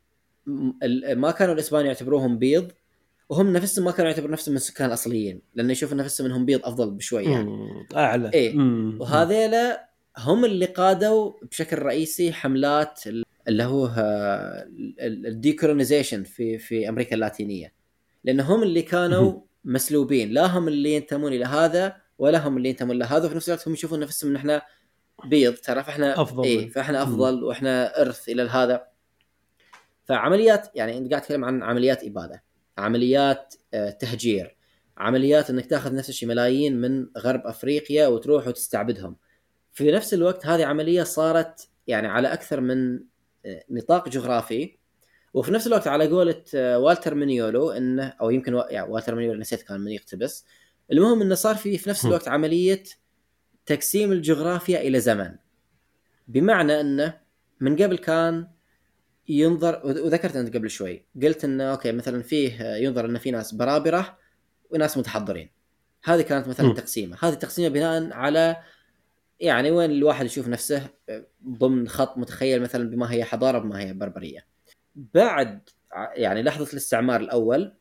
ما كانوا الاسبان يعتبروهم بيض، وهم نفسهم ما كانوا يعتبروا نفسهم من السكان الاصليين، لانه يشوفوا نفسهم انهم بيض افضل بشوي يعني اعلى. ايه. وهذيلا هم اللي قادوا بشكل رئيسي حملات اللي هو الديكولونيزيشن في امريكا اللاتينيه، لانهم اللي كانوا مسلوبين، لا هم اللي ينتمون الى هذا ولا هم اللي ينتمون لهذا، وفي نفس الوقت هم يشوفون نفسهم ان احنا بيض، ترى فاحنا افضل ايه، فاحنا افضل واحنا ارث الى هذا. فعمليات، يعني انت قاعد تتكلم عن عمليات اباده، عمليات تهجير، عمليات انك تاخذ نفس الشيء ملايين من غرب افريقيا وتروح وتستعبدهم. في نفس الوقت هذه عمليه صارت يعني على اكثر من نطاق جغرافي. وفي نفس الوقت على قولة والتر مينيولو انه، او يمكن يعني والتر مينيولو نسيت كان من يقتبس، المهم انه صار في نفس الوقت عملية تقسيم الجغرافيا الى زمن، بمعنى انه من قبل كان ينظر، وذكرت انت قبل شوي قلت انه اوكي مثلا فيه ينظر ان في ناس برابرة وناس متحضرين، هذه كانت مثلا تقسيمة، هذه تقسيمة بناء على يعني وين الواحد يشوف نفسه ضمن خط متخيل مثلا بما هي حضارة بما هي بربرية. بعد يعني لحظة الاستعمار الأول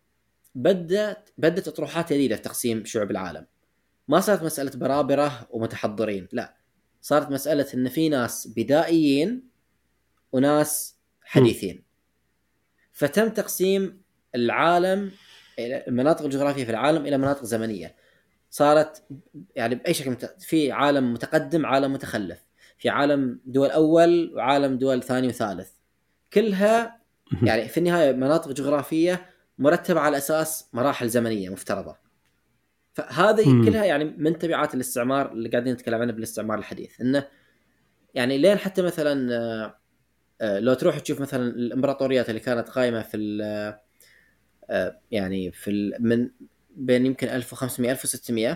بدت أطروحات جديدة في تقسيم شعوب العالم، ما صارت مسألة برابرة ومتحضرين، لا، صارت مسألة إن في ناس بدائيين وناس حديثين. فتم تقسيم العالم إلى المناطق الجغرافية في العالم إلى مناطق زمنية، صارت يعني بأي شكل في عالم متقدم، عالم متخلف، في عالم دول أول وعالم دول ثاني وثالث، كلها يعني في النهاية مناطق جغرافية مرتبة على أساس مراحل زمنية مفترضة. فهذه كلها يعني من تبعات الاستعمار اللي قاعدين نتكلم عنه بالاستعمار الحديث، إنه يعني لين حتى مثلا لو تروح تشوف مثلا الإمبراطوريات اللي كانت قائمة في يعني من بين يمكن 1500 1600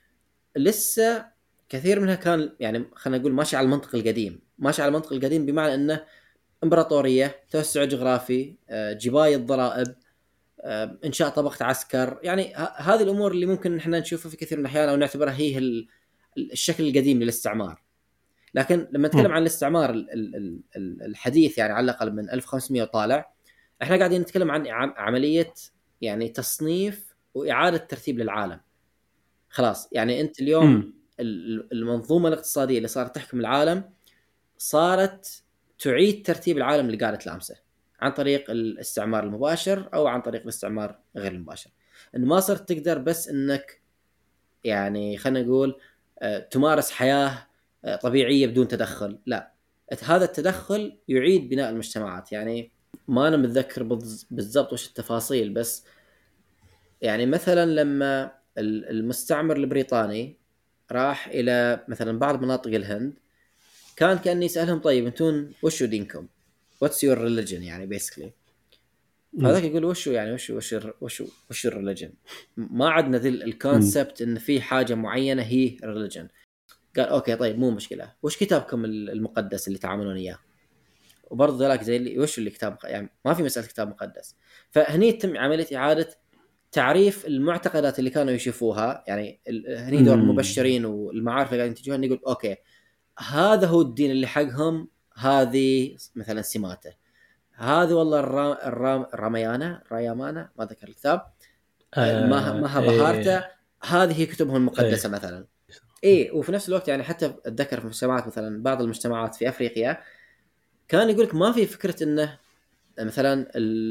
لسه كثير منها كان يعني خلينا نقول ماشي على المنطق القديم، ماشي على المنطق القديم بمعنى انه امبراطوريه، توسع جغرافي، جباية الضرائب، انشاء طبقه عسكر. يعني هذه الامور اللي ممكن احنا نشوفها في كثير من الاحيان او نعتبرها هي الشكل القديم للاستعمار. لكن لما نتكلم عن الاستعمار الحديث، يعني على الاقل من 1500 وطالع، احنا قاعدين نتكلم عن عمليه يعني تصنيف واعاده ترتيب للعالم. خلاص، يعني انت اليوم المنظومه الاقتصاديه اللي صارت تحكم العالم صارت تعيد ترتيب العالم اللي قاعدة تلامسه عن طريق الاستعمار المباشر او عن طريق الاستعمار غير المباشر. انه ما صرت تقدر بس انك يعني خلينا نقول تمارس حياة طبيعية بدون تدخل، لا، هذا التدخل يعيد بناء المجتمعات. يعني ما انا متذكر بالضبط وش التفاصيل، بس يعني مثلا لما المستعمر البريطاني راح الى مثلا بعض مناطق الهند، كان كأني يسألهم طيب انتون وشو دينكم؟ What's your religion؟ يعني basically. فهذاك يقول وشو يعني وشو الريليجن؟ ما عندنا ذي الكونسبت ان في حاجة معينة هي religion. قال اوكي طيب مو مشكلة، وش كتابكم المقدس اللي تعاملون اياه؟ وبرضه ذاك زي اللي وشو اللي كتاب، يعني ما في مسألة كتاب مقدس. فهني يتم عملية إعادة تعريف المعتقدات اللي كانوا يشوفوها. يعني هني دور المبشرين والمعارف اللي قاعدين يتجهون، يقول اوكي هذا هو الدين اللي حقهم، هذه مثلا سماته، هذا والله الريامانة ما ذكر الكتاب، مها بهارته، هذه هي كتبهم المقدسة مثلا. وفي نفس الوقت يعني حتى اتذكر في مجتمعات مثلا بعض المجتمعات في افريقيا كان يقولك ما في فكرة انه مثلا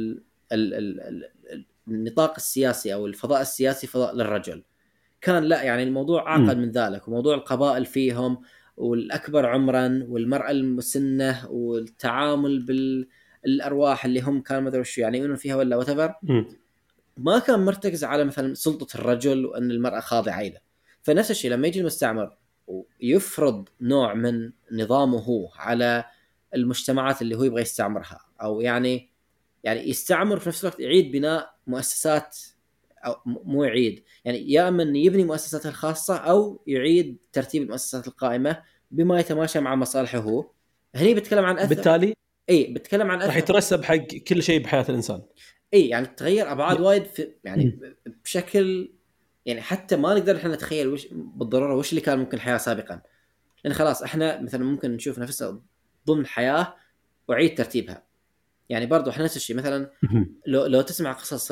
النطاق السياسي او الفضاء السياسي فضاء للرجل. كان لا، يعني الموضوع اعقد من ذلك، وموضوع القبائل فيهم والأكبر عمرا والمرأة المسنة والتعامل بالأرواح اللي هم كانوا مدري وش يعني يؤمنون فيها ولا وتفر، ما كان مرتكز على مثلا سلطة الرجل وأن المرأة خاضعة له. فنفس الشيء لما يجي المستعمر ويفرض نوع من نظامه هو على المجتمعات اللي هو يبغى يستعمرها، أو يعني يستعمر في نفس الوقت يعيد بناء مؤسسات، أو مو يعيد، يعني يا اما انه يبني مؤسساته الخاصه او يعيد ترتيب المؤسسات القائمه بما يتماشى مع مصالحه هو. هني بتكلم عن اثر، بالتالي بتكلم عن اثر راح يترسب حق كل شيء بحياه الانسان. يعني تغير ابعاد وايد في يعني بشكل يعني حتى ما نقدر احنا نتخيل وش بالضروره وش اللي كان ممكن الحياه سابقا. لان خلاص احنا مثلا ممكن نشوف نفسنا ضمن حياه وعيد ترتيبها. يعني برضو احنا نفس الشيء مثلا لو تسمع قصص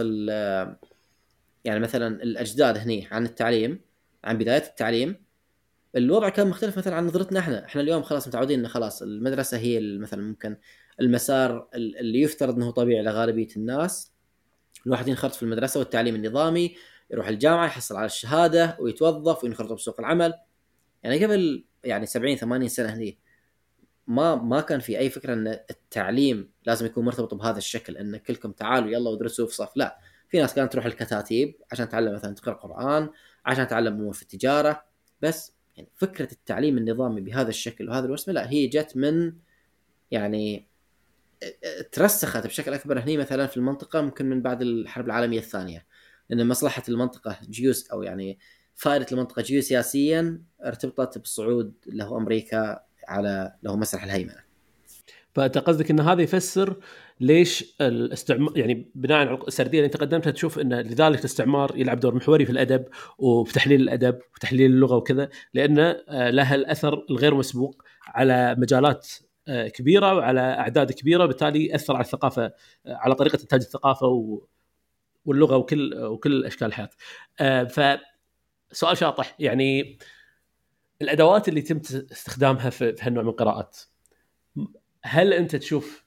يعني مثلا الأجداد هني عن التعليم، عن بداية التعليم، الوضع كان مختلف مثلا عن نظرتنا احنا اليوم خلاص متعودين ان خلاص المدرسة هي مثلا ممكن المسار اللي يفترض انه طبيعي لغالبية الناس. الواحد ينخرط في المدرسة والتعليم النظامي، يروح الجامعة يحصل على الشهادة ويتوظف وينخرط بسوق العمل. يعني قبل يعني 70-80 سنة هني ما كان في اي فكره ان التعليم لازم يكون مرتبط بهذا الشكل، ان كلكم تعالوا يلا ودرسوا في صف. لا، في ناس كانت تروح الكتاتيب عشان تعلم مثلا تقرا قران، عشان تعلم امور في التجاره. بس يعني فكره التعليم النظامي بهذا الشكل وهذا الوسم لا، هي جت من يعني ترسخت بشكل اكبر هني مثلا في المنطقه ممكن من بعد الحرب العالميه الثانيه، لان مصلحه المنطقه جيوس او يعني فائده المنطقه جيوسياسيا ارتبطت بالصعود له امريكا على له مسرح الهيمنه. فانت قصدك ان هذا يفسر ليش الاستعمار، يعني بناء على السرديه اللي انت قدمتها، تشوف ان لذلك الاستعمار يلعب دور محوري في الادب وفي تحليل الادب وتحليل اللغه وكذا، لانه لها الاثر الغير مسبوق على مجالات كبيره وعلى اعداد كبيره، بالتالي ياثر على الثقافه، على طريقه انتاج الثقافه واللغه وكل اشكال الحياه. فسؤال شاطح، يعني الادوات اللي يتم استخدامها في هالنوع من القراءات، هل انت تشوف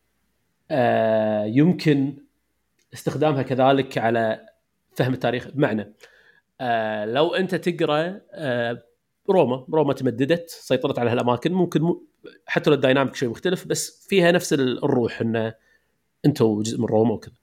يمكن استخدامها كذلك على فهم التاريخ؟ بمعنى لو انت تقرا روما تمددت، سيطرت على هالاماكن، ممكن حتى لو الديناميك شوي مختلف بس فيها نفس الروح، ان انتم جزء من روما وكذا.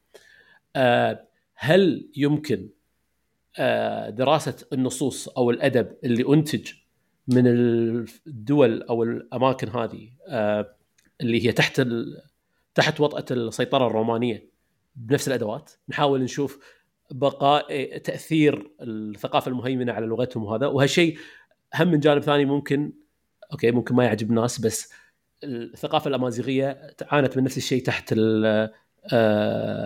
هل يمكن دراسه النصوص او الادب اللي انتج من الدول او الاماكن هذه اللي هي تحت وطأة السيطرة الرومانية بنفس الأدوات، نحاول نشوف بقاء تأثير الثقافة المهيمنة على لغتهم، وهالشيء هم من جانب ثاني ممكن ما يعجب الناس، بس الثقافة الأمازيغية عانت من نفس الشيء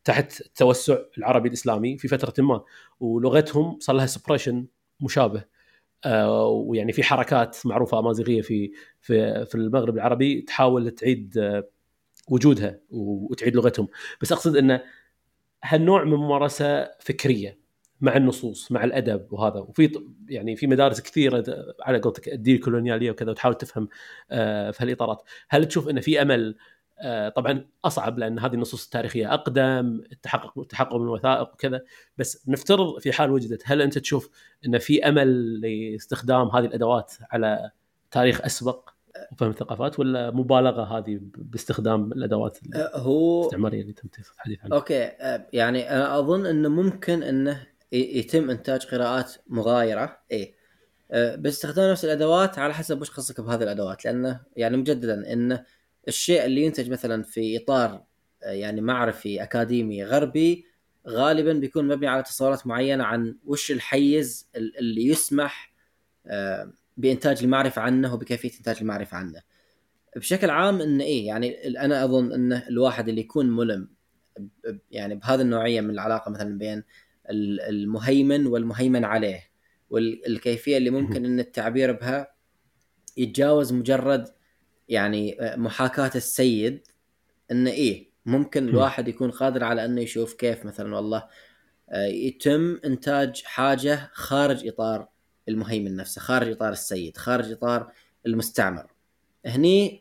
تحت التوسع العربي الاسلامي في فتره ما، ولغتهم صار لها سبريشن مشابه. ويعني في حركات معروفه امازيغيه في المغرب العربي تحاول تعيد وجودها وتعيد لغتهم. بس اقصد انه هالنوع من ممارسه فكريه مع النصوص مع الادب وهذا، وفي يعني في مدارس كثيره على قولتك الدين الكولونياليه وكذا، وتحاول تفهم في هالاطارات. هل تشوف ان في امل؟ طبعا اصعب لان هذه النصوص التاريخيه اقدم، التحقق من الوثائق وكذا، بس نفترض في حال وجدت، هل انت تشوف ان في امل لاستخدام هذه الادوات على تاريخ اسبق وفهم الثقافات، ولا مبالغه هذه باستخدام الادوات هو الاستعماريه اللي تم الحديث عنها؟ اوكي، يعني انا اظن انه ممكن انه يتم انتاج قراءات مغايره، باستخدام نفس الادوات على حسب وش قصدك بهذه الادوات. لانه يعني مجددا انه الشيء اللي ينتج مثلا في اطار يعني معرفي اكاديمي غربي غالبا بيكون مبني على تصورات معينه عن وش الحيز اللي يسمح بانتاج المعرفه عنه وبكيفيه انتاج المعرفه عنه. بشكل عام انه يعني انا اظن انه الواحد اللي يكون ملم يعني بهذه النوعيه من العلاقه مثلا بين المهيمن والمهيمن عليه، والكيفيه اللي ممكن ان التعبير بها يتجاوز مجرد يعني محاكاه السيد، انه ممكن الواحد يكون قادر على انه يشوف كيف مثلا والله يتم انتاج حاجه خارج اطار المهيمن نفسه، خارج اطار السيد، خارج اطار المستعمر. هني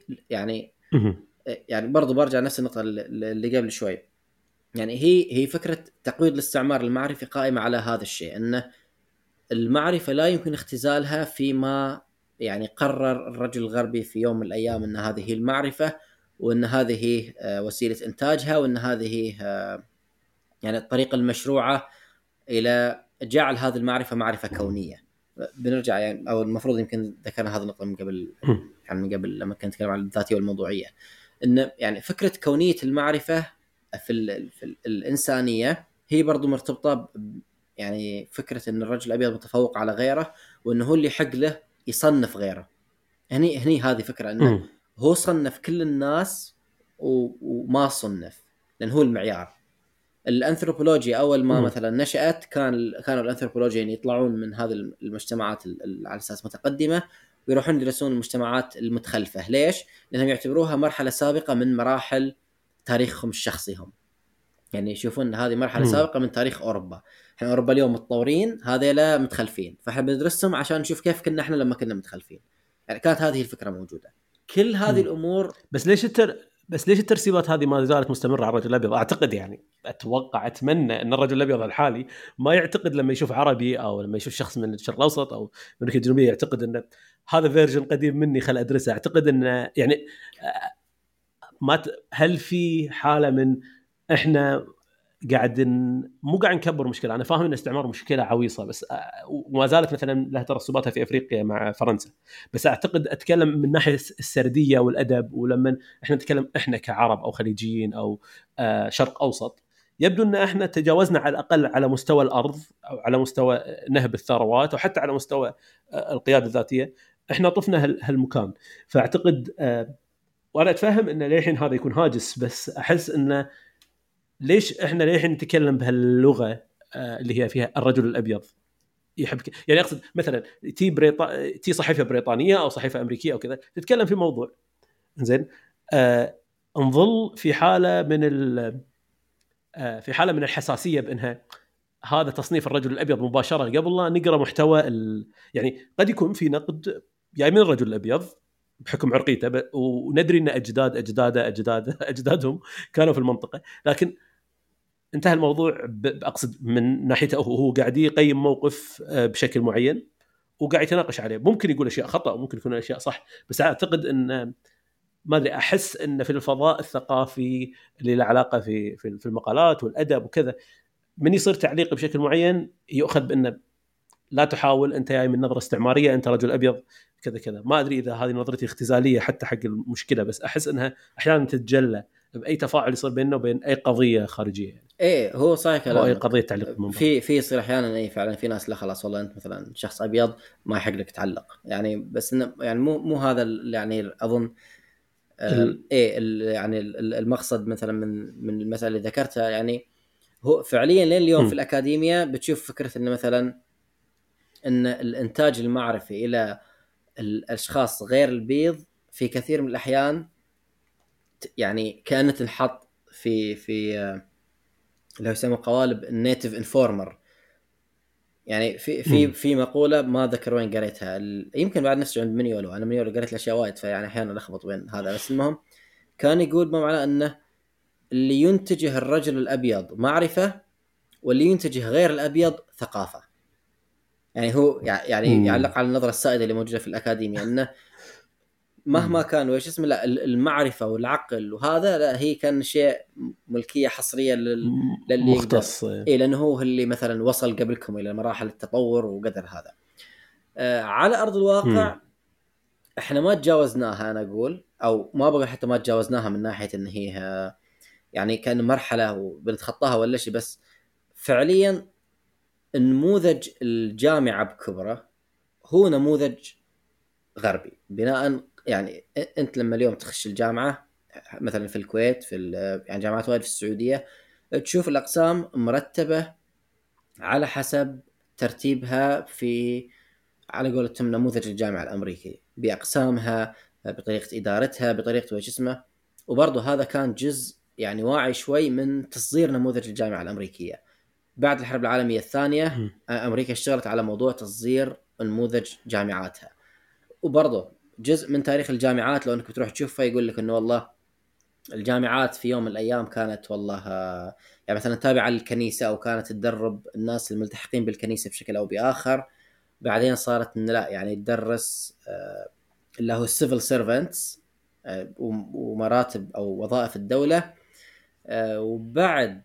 يعني برضو برجع نفس النقطه اللي قبل شوي. يعني هي فكره تقويض الاستعمار المعرفي قائمه على هذا الشيء، انه المعرفه لا يمكن اختزالها فيما يعني قرر الرجل الغربي في يوم من الايام ان هذه هي المعرفه، وان هذه هي وسيله انتاجها، وان هذه هي يعني الطريقه المشروعه الى جعل هذه المعرفه معرفه كونيه. بنرجع يعني، او المفروض يمكن ذكرنا هذه النقطه من قبل، يعني من قبل لما كنت اتكلم عن الذاتيه والموضوعيه، ان يعني فكره كونيه المعرفه في الانسانيه هي برضو مرتبطه يعني فكره ان الرجل الابيض متفوق على غيره، وانه هو اللي يحق له يصنف غيره. هني هذه فكره انه هو صنف كل الناس وما صنف، لان هو المعيار. الانثروبولوجيا اول ما مثلا نشأت كانوا الانثروبولوجيين يطلعون من هذه المجتمعات على اساس متقدمه ويروحون يدرسون المجتمعات المتخلفه. ليش؟ لانهم يعتبروها مرحله سابقه من مراحل تاريخهم الشخصي هم، يعني يشوفون هذه مرحله سابقه من تاريخ اوروبا. احنا اوروبا اليوم متطورين، هذيلا متخلفين، فاحنا بندرسهم عشان نشوف كيف كنا احنا لما كنا متخلفين. يعني كانت هذه الفكره موجوده. كل هذه الامور بس ليش الترسيبات هذه ما زالت مستمره على الرجل الابيض؟ اعتقد يعني اتمنى ان الرجل الابيض الحالي ما يعتقد لما يشوف عربي او لما يشوف شخص من الشرق الاوسط او من امريكا الجنوبيه يعتقد ان هذا فيرجن قديم مني خل ادرسه. اعتقد ان يعني هل في حاله من احنا مو قاعد نكبر مشكله؟ انا فاهم ان الاستعمار مشكله عويصه، بس وما زالت مثلا لها ترسباتها في افريقيا مع فرنسا، بس اعتقد اتكلم من ناحيه السرديه والادب، ولما احنا نتكلم احنا كعرب او خليجيين او شرق اوسط، يبدو ان احنا تجاوزنا على الاقل على مستوى الارض او على مستوى نهب الثروات او حتى على مستوى القياده الذاتيه، احنا طفنا هالمكان. فاعتقد وانا اتفهم ان للحين هذا يكون هاجس، بس احس انه ليش احنا للحين نتكلم بهاللغه اللي هي فيها الرجل الابيض يحب يعني اقصد مثلا تي صحيفه بريطانيه او صحيفه امريكيه او كذا تتكلم في موضوع زين، نظل في حاله في حاله من الحساسيه بانها هذا تصنيف الرجل الابيض مباشره قبل لا نقرا محتوى يعني قد يكون في نقد جاي من الرجل الابيض بحكم عرقيته، وندري ان اجدادهم كانوا في المنطقه، لكن انتهى الموضوع اقصد من ناحيته هو قاعد يقيم موقف بشكل معين وقاعد يتناقش عليه. ممكن يقول اشياء خطا وممكن يكون اشياء صح، بس اعتقد ان ما ادري، احس ان في الفضاء الثقافي اللي له علاقه في المقالات والادب وكذا، من يصير تعليق بشكل معين يؤخذ بانه لا تحاول، انت جاي من نظره استعماريه، انت رجل ابيض كذا كذا. ما ادري اذا هذه نظرتي اختزاليه حتى حق المشكله، بس احس انها احيانا تتجلى باي تفاعل يصير بيننا وبين اي قضيه خارجيه يعني. هو صحيح كلامك، او اي قضيه تعليق في يصير احيانا فعلا في ناس لا خلاص والله انت مثلا شخص ابيض ما يحق لك تعلق يعني، بس إنه يعني مو هذا يعني اظن يعني المقصد مثلا من المساله اللي ذكرتها. يعني هو فعليا لين اليوم في الأكاديمية بتشوف فكرة إنه مثلا إن الإنتاج المعرفي إلى الأشخاص غير البيض في كثير من الأحيان يعني كانت تنحط في اللي يسمى قوالب النيتيف انفورمر. يعني في مقوله ما ذكر وين قريتها، يمكن بعد نفسه عند منيولو، انا منيولو قريت الاشياء وايد فيعني احيانا الخبط بين هذا، بس المهم كان يقول ما معناه انه اللي ينتجه الرجل الابيض معرفه واللي ينتجه غير الابيض ثقافه. يعني هو يعني يعلق على النظره السائده اللي موجوده في الاكاديميه انه مهما كان وش اسمه لا المعرفه والعقل وهذا لا هي كان شيء ملكيه حصريه للي مختص يقدر. إيه لانه هو اللي مثلا وصل قبلكم الى مراحل التطور وقدر هذا. على ارض الواقع احنا ما تجاوزناها، انا اقول او ما بقول حتى ما تجاوزناها من ناحيه ان هي يعني كان مرحله وبنتخطاها ولا شيء، بس فعليا نموذج الجامعه بكبره هو نموذج غربي بناء. يعني انت لما اليوم تخش الجامعه مثلا في الكويت في يعني جامعات وايد في السعوديه تشوف الاقسام مرتبه على حسب ترتيبها في على قولتهم نموذج الجامعه الامريكي باقسامها بطريقه ادارتها بطريقه وش اسمه. وبرضه هذا كان جزء يعني واعي شوي من تصدير نموذج الجامعه الامريكيه. بعد الحرب العالميه الثانيه امريكا اشتغلت على موضوع تصدير نموذج جامعاتها. وبرضه جزء من تاريخ الجامعات لو انك بتروح تشوفها يقول لك انه والله الجامعات في يوم من الايام كانت والله يعني مثلا تابعه للكنيسه او كانت تدرب الناس الملتحقين بالكنيسه بشكل او باخر. بعدين صارت ان لا يعني تدرس اللي هو السيفل سيرفنتس ومراتب او وظائف الدوله. وبعد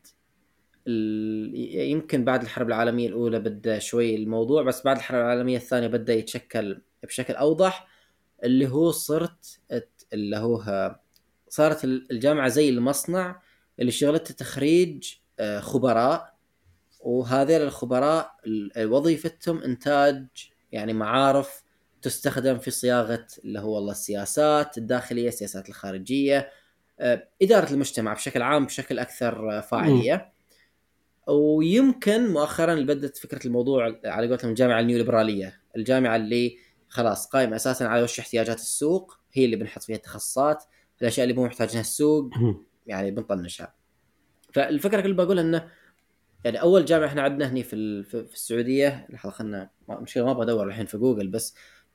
يمكن بعد الحرب العالميه الاولى بدا شوي الموضوع، بس بعد الحرب العالميه الثانيه بدا يتشكل بشكل اوضح اللي هو اللي هو صارت الجامعة زي المصنع اللي شغلته تخريج خبراء، وهذول الخبراء وظيفتهم إنتاج يعني معارف تستخدم في صياغة اللي هو والله السياسات الداخلية السياسات الخارجية إدارة المجتمع بشكل عام بشكل أكثر فاعلية. ويمكن مؤخرا اللي بدت فكرة الموضوع على قولتهم الجامعة النيوليبرالية، الجامعة اللي خلاص قائمة أساسا على وش احتياجات السوق، هي اللي بنحط فيها التخصصات، الأشياء اللي مو محتاجها السوق يعني بنطنشها. فالفكرة اللي بقولها إنه يعني أول جامعة إحنا عندنا هني في السعودية لحظة خلنا مشكلة ما بدور الحين في جوجل بس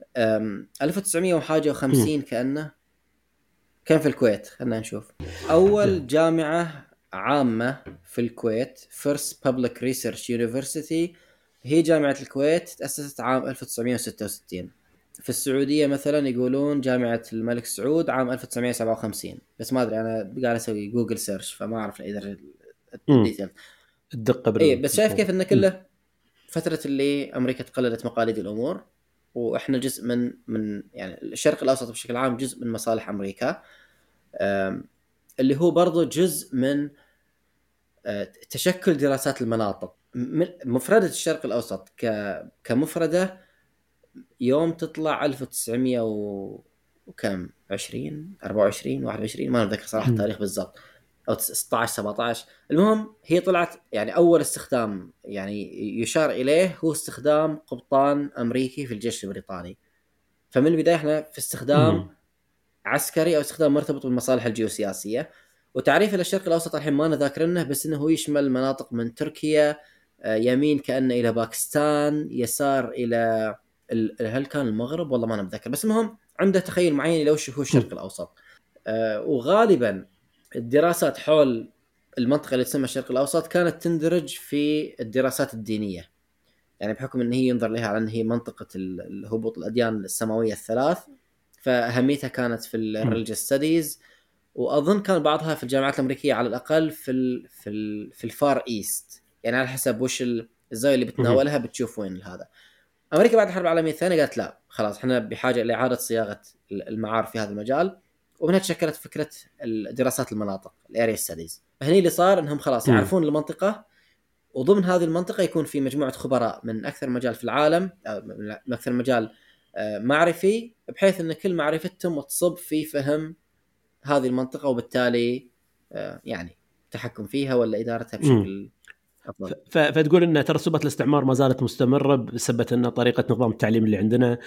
1950 كأنه كان في الكويت. خلنا نشوف أول جامعة عامة في الكويت First Public Research University هي جامعة الكويت تأسست عام 1966. في السعودية مثلا يقولون جامعة الملك سعود عام 1957، بس ما أدري أنا قاعد أسوي جوجل سيرش فما أعرف إذا الديتيل الدقة إيه. بس شايف كيف إن كله فترة اللي أمريكا تقلدت مقاليد الأمور، وإحنا جزء من يعني الشرق الأوسط بشكل عام جزء من مصالح أمريكا اللي هو برضو جزء من تشكل دراسات المناطق. مفردة الشرق الأوسط كمفردة يوم تطلع 1900 وكم 20 24 21 ما أتذكر صراحة التاريخ بالضبط، أو 16 17. المهم هي طلعت يعني أول استخدام يعني يشار إليه هو استخدام قبطان أمريكي في الجيش البريطاني. فمن البداية احنا في استخدام عسكري او استخدام مرتبط بالمصالح الجيوسياسيه. وتعريف الشرق الاوسط الحين ما انا ذاكرنه، بس انه هو يشمل مناطق من تركيا يمين كانه الى باكستان، يسار الى هل كان المغرب والله ما انا متذكر، بس المهم عنده تخيل معين لو شو هو الشرق الاوسط. وغالبا الدراسات حول المنطقه اللي تسمى الشرق الاوسط كانت تندرج في الدراسات الدينيه، يعني بحكم ان هي ينظر لها على ان هي منطقه هبوط الاديان السماويه الثلاث، فأهميتها كانت في الريليجيوس ستاديز. واظن كان بعضها في الجامعات الامريكيه على الاقل في الفار ايست، يعني على حسب وش الزاويه اللي بتناولها بتشوف وين هذا. امريكا بعد الحرب العالميه الثانيه قالت لا خلاص احنا بحاجه لاعاده صياغه المعارف في هذا المجال، ومنها تشكلت فكره دراسات المناطق الاريا ستاديز. هني اللي صار انهم خلاص يعرفون المنطقه، وضمن هذه المنطقه يكون في مجموعه خبراء من اكثر مجال في العالم من اكثر مجال معرفي، بحيث ان كل معرفتهم تصب في فهم هذه المنطقه، وبالتالي يعني تحكم فيها ولا ادارتها بشكل فتقول ان ترسبات الاستعمار ما زالت مستمره بسبب ان طريقه نظام التعليم اللي عندنا،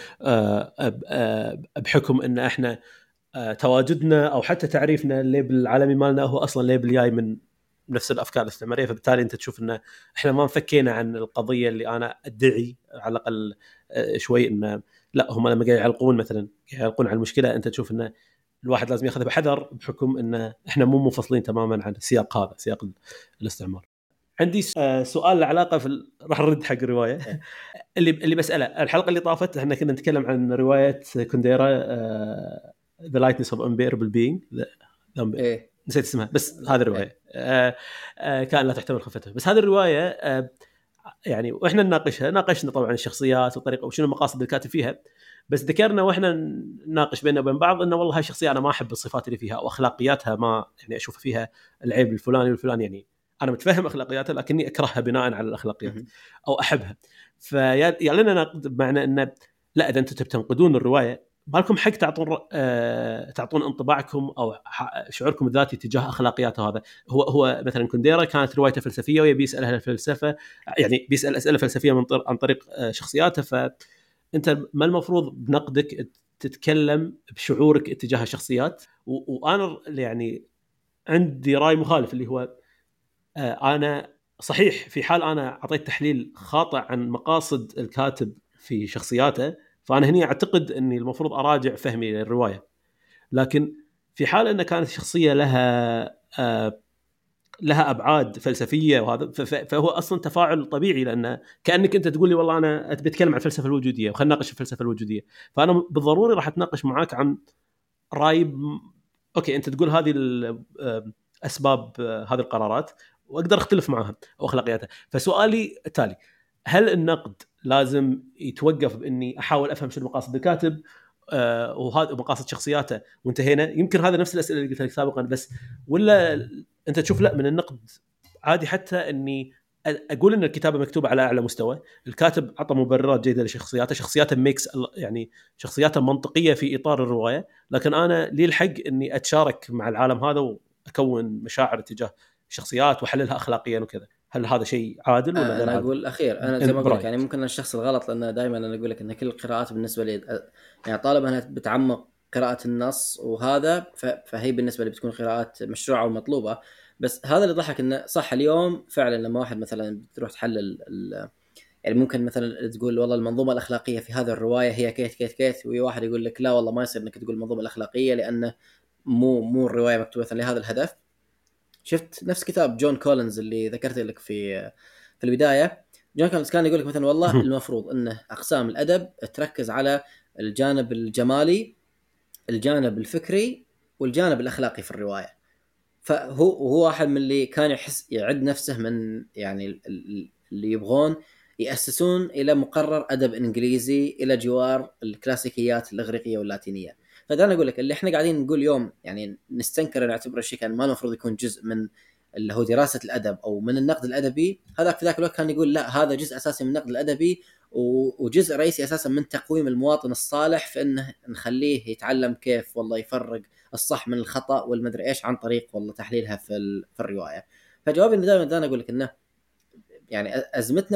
بحكم ان احنا تواجدنا او حتى تعريفنا الليبل العالمي مالنا هو اصلا ليبل جاي من نفس الافكار الاستعماريه. فبالتالي انت تشوف ان احنا ما انفكينا عن القضيه اللي انا ادعي على الاقل شوي ان لا، هم لما قاعد يعلقون مثلا يعلقون على المشكله، انت تشوف ان الواحد لازم ياخذ بحذر بحكم ان احنا مو منفصلين تماما عن السياق هذا، سياق الاستعمار. عندي سؤال له علاقه راح نرد حق الروايه اللي بساله. الحلقه اللي طافت احنا كنا نتكلم عن روايه كونديرا The Lightness of Unbearable Being. إيه؟ نسيت اسمها، بس هذه الروايه كان لا تحتمل خفته. بس هذه الروايه يعني واحنا ناقشنا طبعا الشخصيات وطريقه وشنو مقاصد الكاتب فيها، بس ذكرنا واحنا نناقش بيننا وبين بعض انه والله هاي الشخصيه انا ما احب الصفات اللي فيها واخلاقياتها، ما يعني اشوف فيها العيب الفلاني والفلاني. يعني انا متفهم اخلاقياتها لكني اكرهها بناء على الاخلاقيات او احبها. فيا لنا نقد بمعنى انه لا، اذا انتم تنقدون الروايه ما لكم حق تعطون انطباعكم او شعوركم الذاتي تجاه اخلاقياته. هذا هو مثلا كونديرا كانت روايته فلسفيه ويبي يسال اهل الفلسفه، يعني بيسال اسئله فلسفيه عن طريق شخصياته. فانت ما المفروض بنقدك تتكلم بشعورك اتجاه الشخصيات؟ وانا يعني عندي راي مخالف، اللي هو انا صحيح في حال انا اعطيت تحليل خاطئ عن مقاصد الكاتب في شخصياته، فانا هنا اعتقد اني المفروض اراجع فهمي للروايه. لكن في حال ان كانت شخصيه لها ابعاد فلسفيه وهذا، فهو اصلا تفاعل طبيعي، لان كانك انت تقول لي والله انا بتكلم عن الفلسفه الوجوديه وخلينا نناقش الفلسفه الوجوديه، فانا بالضروري راح اتناقش معاك عن راي اوكي انت تقول هذه اسباب هذه القرارات واقدر اختلف معها او اخلاقياتها. فسؤالي التالي: هل النقد لازم يتوقف باني احاول افهم شو مقاصد الكاتب وهذا مقاصد شخصياته وانتهينا؟ يمكن هذا نفس الاسئله اللي قلتها لك سابقا، بس ولا انت تشوف لا من النقد عادي حتى اني اقول ان الكتابه مكتوبه على اعلى مستوى، الكاتب عطى مبررات جيده شخصياته ميكس، يعني شخصياته منطقيه في اطار الروايه، لكن انا لي الحق اني اتشارك مع العالم هذا واكون مشاعر تجاه شخصيات واحللها اخلاقيا وكذا. هل هذا شيء عادل ولا غير انا عادل؟ اقول الاخير، انا زي ما اقول لك يعني برايك. ممكن الشخص الغلط، لان دائما انا اقول لك ان كل القراءات بالنسبه لي يعني طالما انها بتعمق قراءه النص وهذا فهي بالنسبه لي بتكون قراءات مشروعه ومطلوبه. بس هذا اللي ضحك انه صح اليوم فعلا لما واحد مثلا بتروح تحلل يعني ممكن مثلا تقول والله المنظومه الاخلاقيه في هذه الروايه هي كيت كيت كيت، وواحد يقول لك لا والله ما يصير انك تقول المنظومه الاخلاقيه لانه مو الروايه مكتوبه مثلا لهذا الهدف. شفت نفس كتاب جون كولينز اللي ذكرت لك في البدايه. جون كولينز كان يقول لك مثلا والله المفروض انه اقسام الادب تركز على الجانب الجمالي، الجانب الفكري، والجانب الاخلاقي في الروايه. فهو واحد من اللي كان يعد نفسه من يعني اللي يبغون يأسسون إلى مقرر أدب إنجليزي إلى جوار الكلاسيكيات الإغريقية واللاتينية. فده أنا أقول لك اللي إحنا قاعدين نقول يوم يعني نستنكر نعتبر الشيء كان ما المفروض يكون جزء من اللي هو دراسة الأدب أو من النقد الأدبي، هذاك في ذاك الوقت كان يقول لا هذا جزء أساسي من النقد الأدبي وجزء رئيسي أساسا من تقويم المواطن الصالح في أنه نخليه يتعلم كيف والله يفرق الصح من الخطأ والمدري إيش عن طريق والله تحليلها في الرواية. فجوابي إنه دائما أنا أقول لك إنه يعني أزمتنا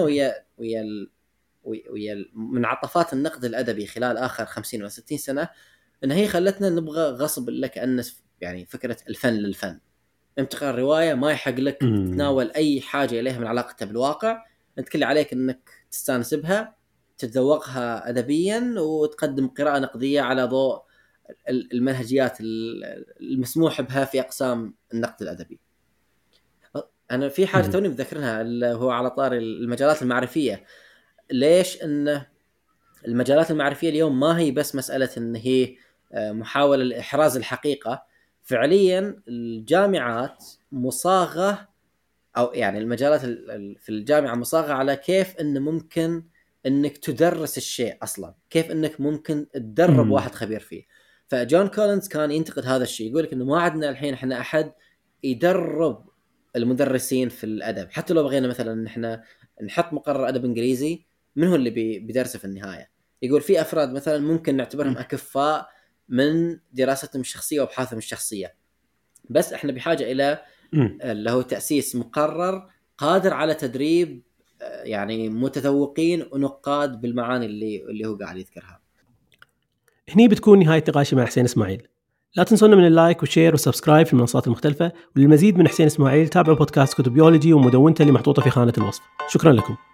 ويا منعطفات النقد الأدبي خلال آخر 50 و 60 سنة إن هي خلتنا نبغى غصب لك أن يعني فكرة الفن للفن. انت تقرأ الرواية ما يحق لك تتناول أي حاجة إليها من علاقتها بالواقع، أنت كل عليك أنك تستانس بها، تتذوقها أدبيا وتقدم قراءة نقدية على ضوء المنهجيات المسموح بها في أقسام النقد الأدبي. أنا في حاجة توني بذكرها اللي هو على طار المجالات المعرفية. ليش أن المجالات المعرفية اليوم ما هي بس مسألة أن هي محاولة لإحراز الحقيقة؟ فعليا الجامعات مصاغة أو يعني المجالات في الجامعة مصاغة على كيف أنه ممكن أنك تدرس الشيء أصلا، كيف أنك ممكن تدرب واحد خبير فيه. فجون كولينز كان ينتقد هذا الشيء، يقول لك أنه ما عندنا الحين إحنا أحد يدرب المدرسين في الأدب. حتى لو بغينا مثلا نحن نحط مقرر أدب إنجليزي، من هو اللي بيدرسه في النهاية؟ يقول في أفراد مثلا ممكن نعتبرهم أكفاء من دراستهم الشخصية وابحاثهم الشخصية، بس احنا بحاجة إلى اللي هو تأسيس مقرر قادر على تدريب يعني متذوقين ونقاد بالمعاني اللي هو قاعد يذكرها. هني بتكون نهاية نقاشي مع حسين إسماعيل. لا تنسونا من اللايك والشير والسبسكرايب في المنصات المختلفة، وللمزيد من حسين إسماعيل تابعوا بودكاست كتب بيولوجي ومدونته اللي محطوطة في خانة الوصف. شكرا لكم.